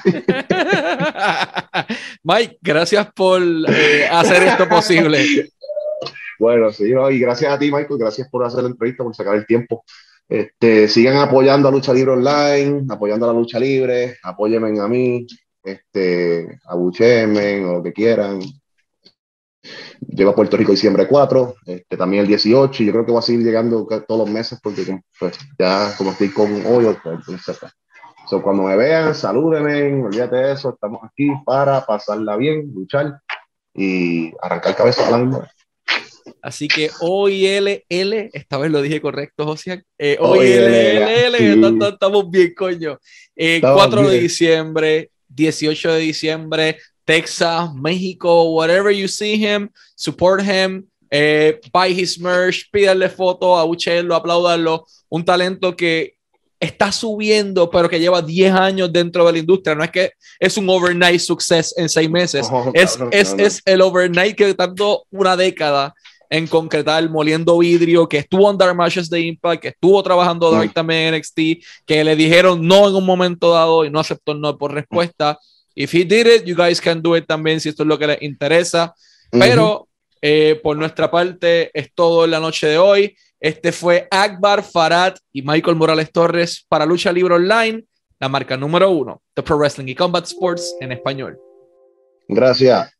Mike, gracias por hacer esto posible. Bueno, sí, ¿no? Y gracias a ti, Michael, gracias por hacer la entrevista, por sacar el tiempo. Sigan apoyando a Lucha Libre Online, apoyando a la lucha libre, apóyenme a mí, abuchenme o lo que quieran. Llego a Puerto Rico diciembre 4, también el 18, y yo creo que voy a seguir llegando todos los meses porque pues, ya como estoy con hoyo, pues, entonces, so, cuando me vean, salúdenme, olvídate de eso, estamos aquí para pasarla bien, luchar y arrancar cabeza a la misma vez. Así que OILL, esta vez lo dije correcto, José. Oye, OILL, sí, estamos bien, coño. estamos 4 de bien. diciembre, 18 de diciembre, Texas, México, whatever you see him, support him, buy his merch, pídanle foto, abuchenlo, apláudanlo. Un talento que está subiendo, pero que lleva 10 años dentro de la industria. No es que es un overnight success en 6 meses. Oh, Es, cabrón, es, no. es el overnight que tardó una década en concretar, moliendo vidrio, que estuvo en Dark Matches de Impact, que estuvo trabajando Dark también en NXT, que le dijeron no en un momento dado y no aceptó el no por respuesta. If he did it, you guys can do it también si esto es lo que les interesa. Pero por nuestra parte es todo en la noche de hoy. Este fue Akbar Farhat y Michael Morales Torres para Lucha Libre Online, la marca número 1 de Pro Wrestling y Combat Sports en español. Gracias.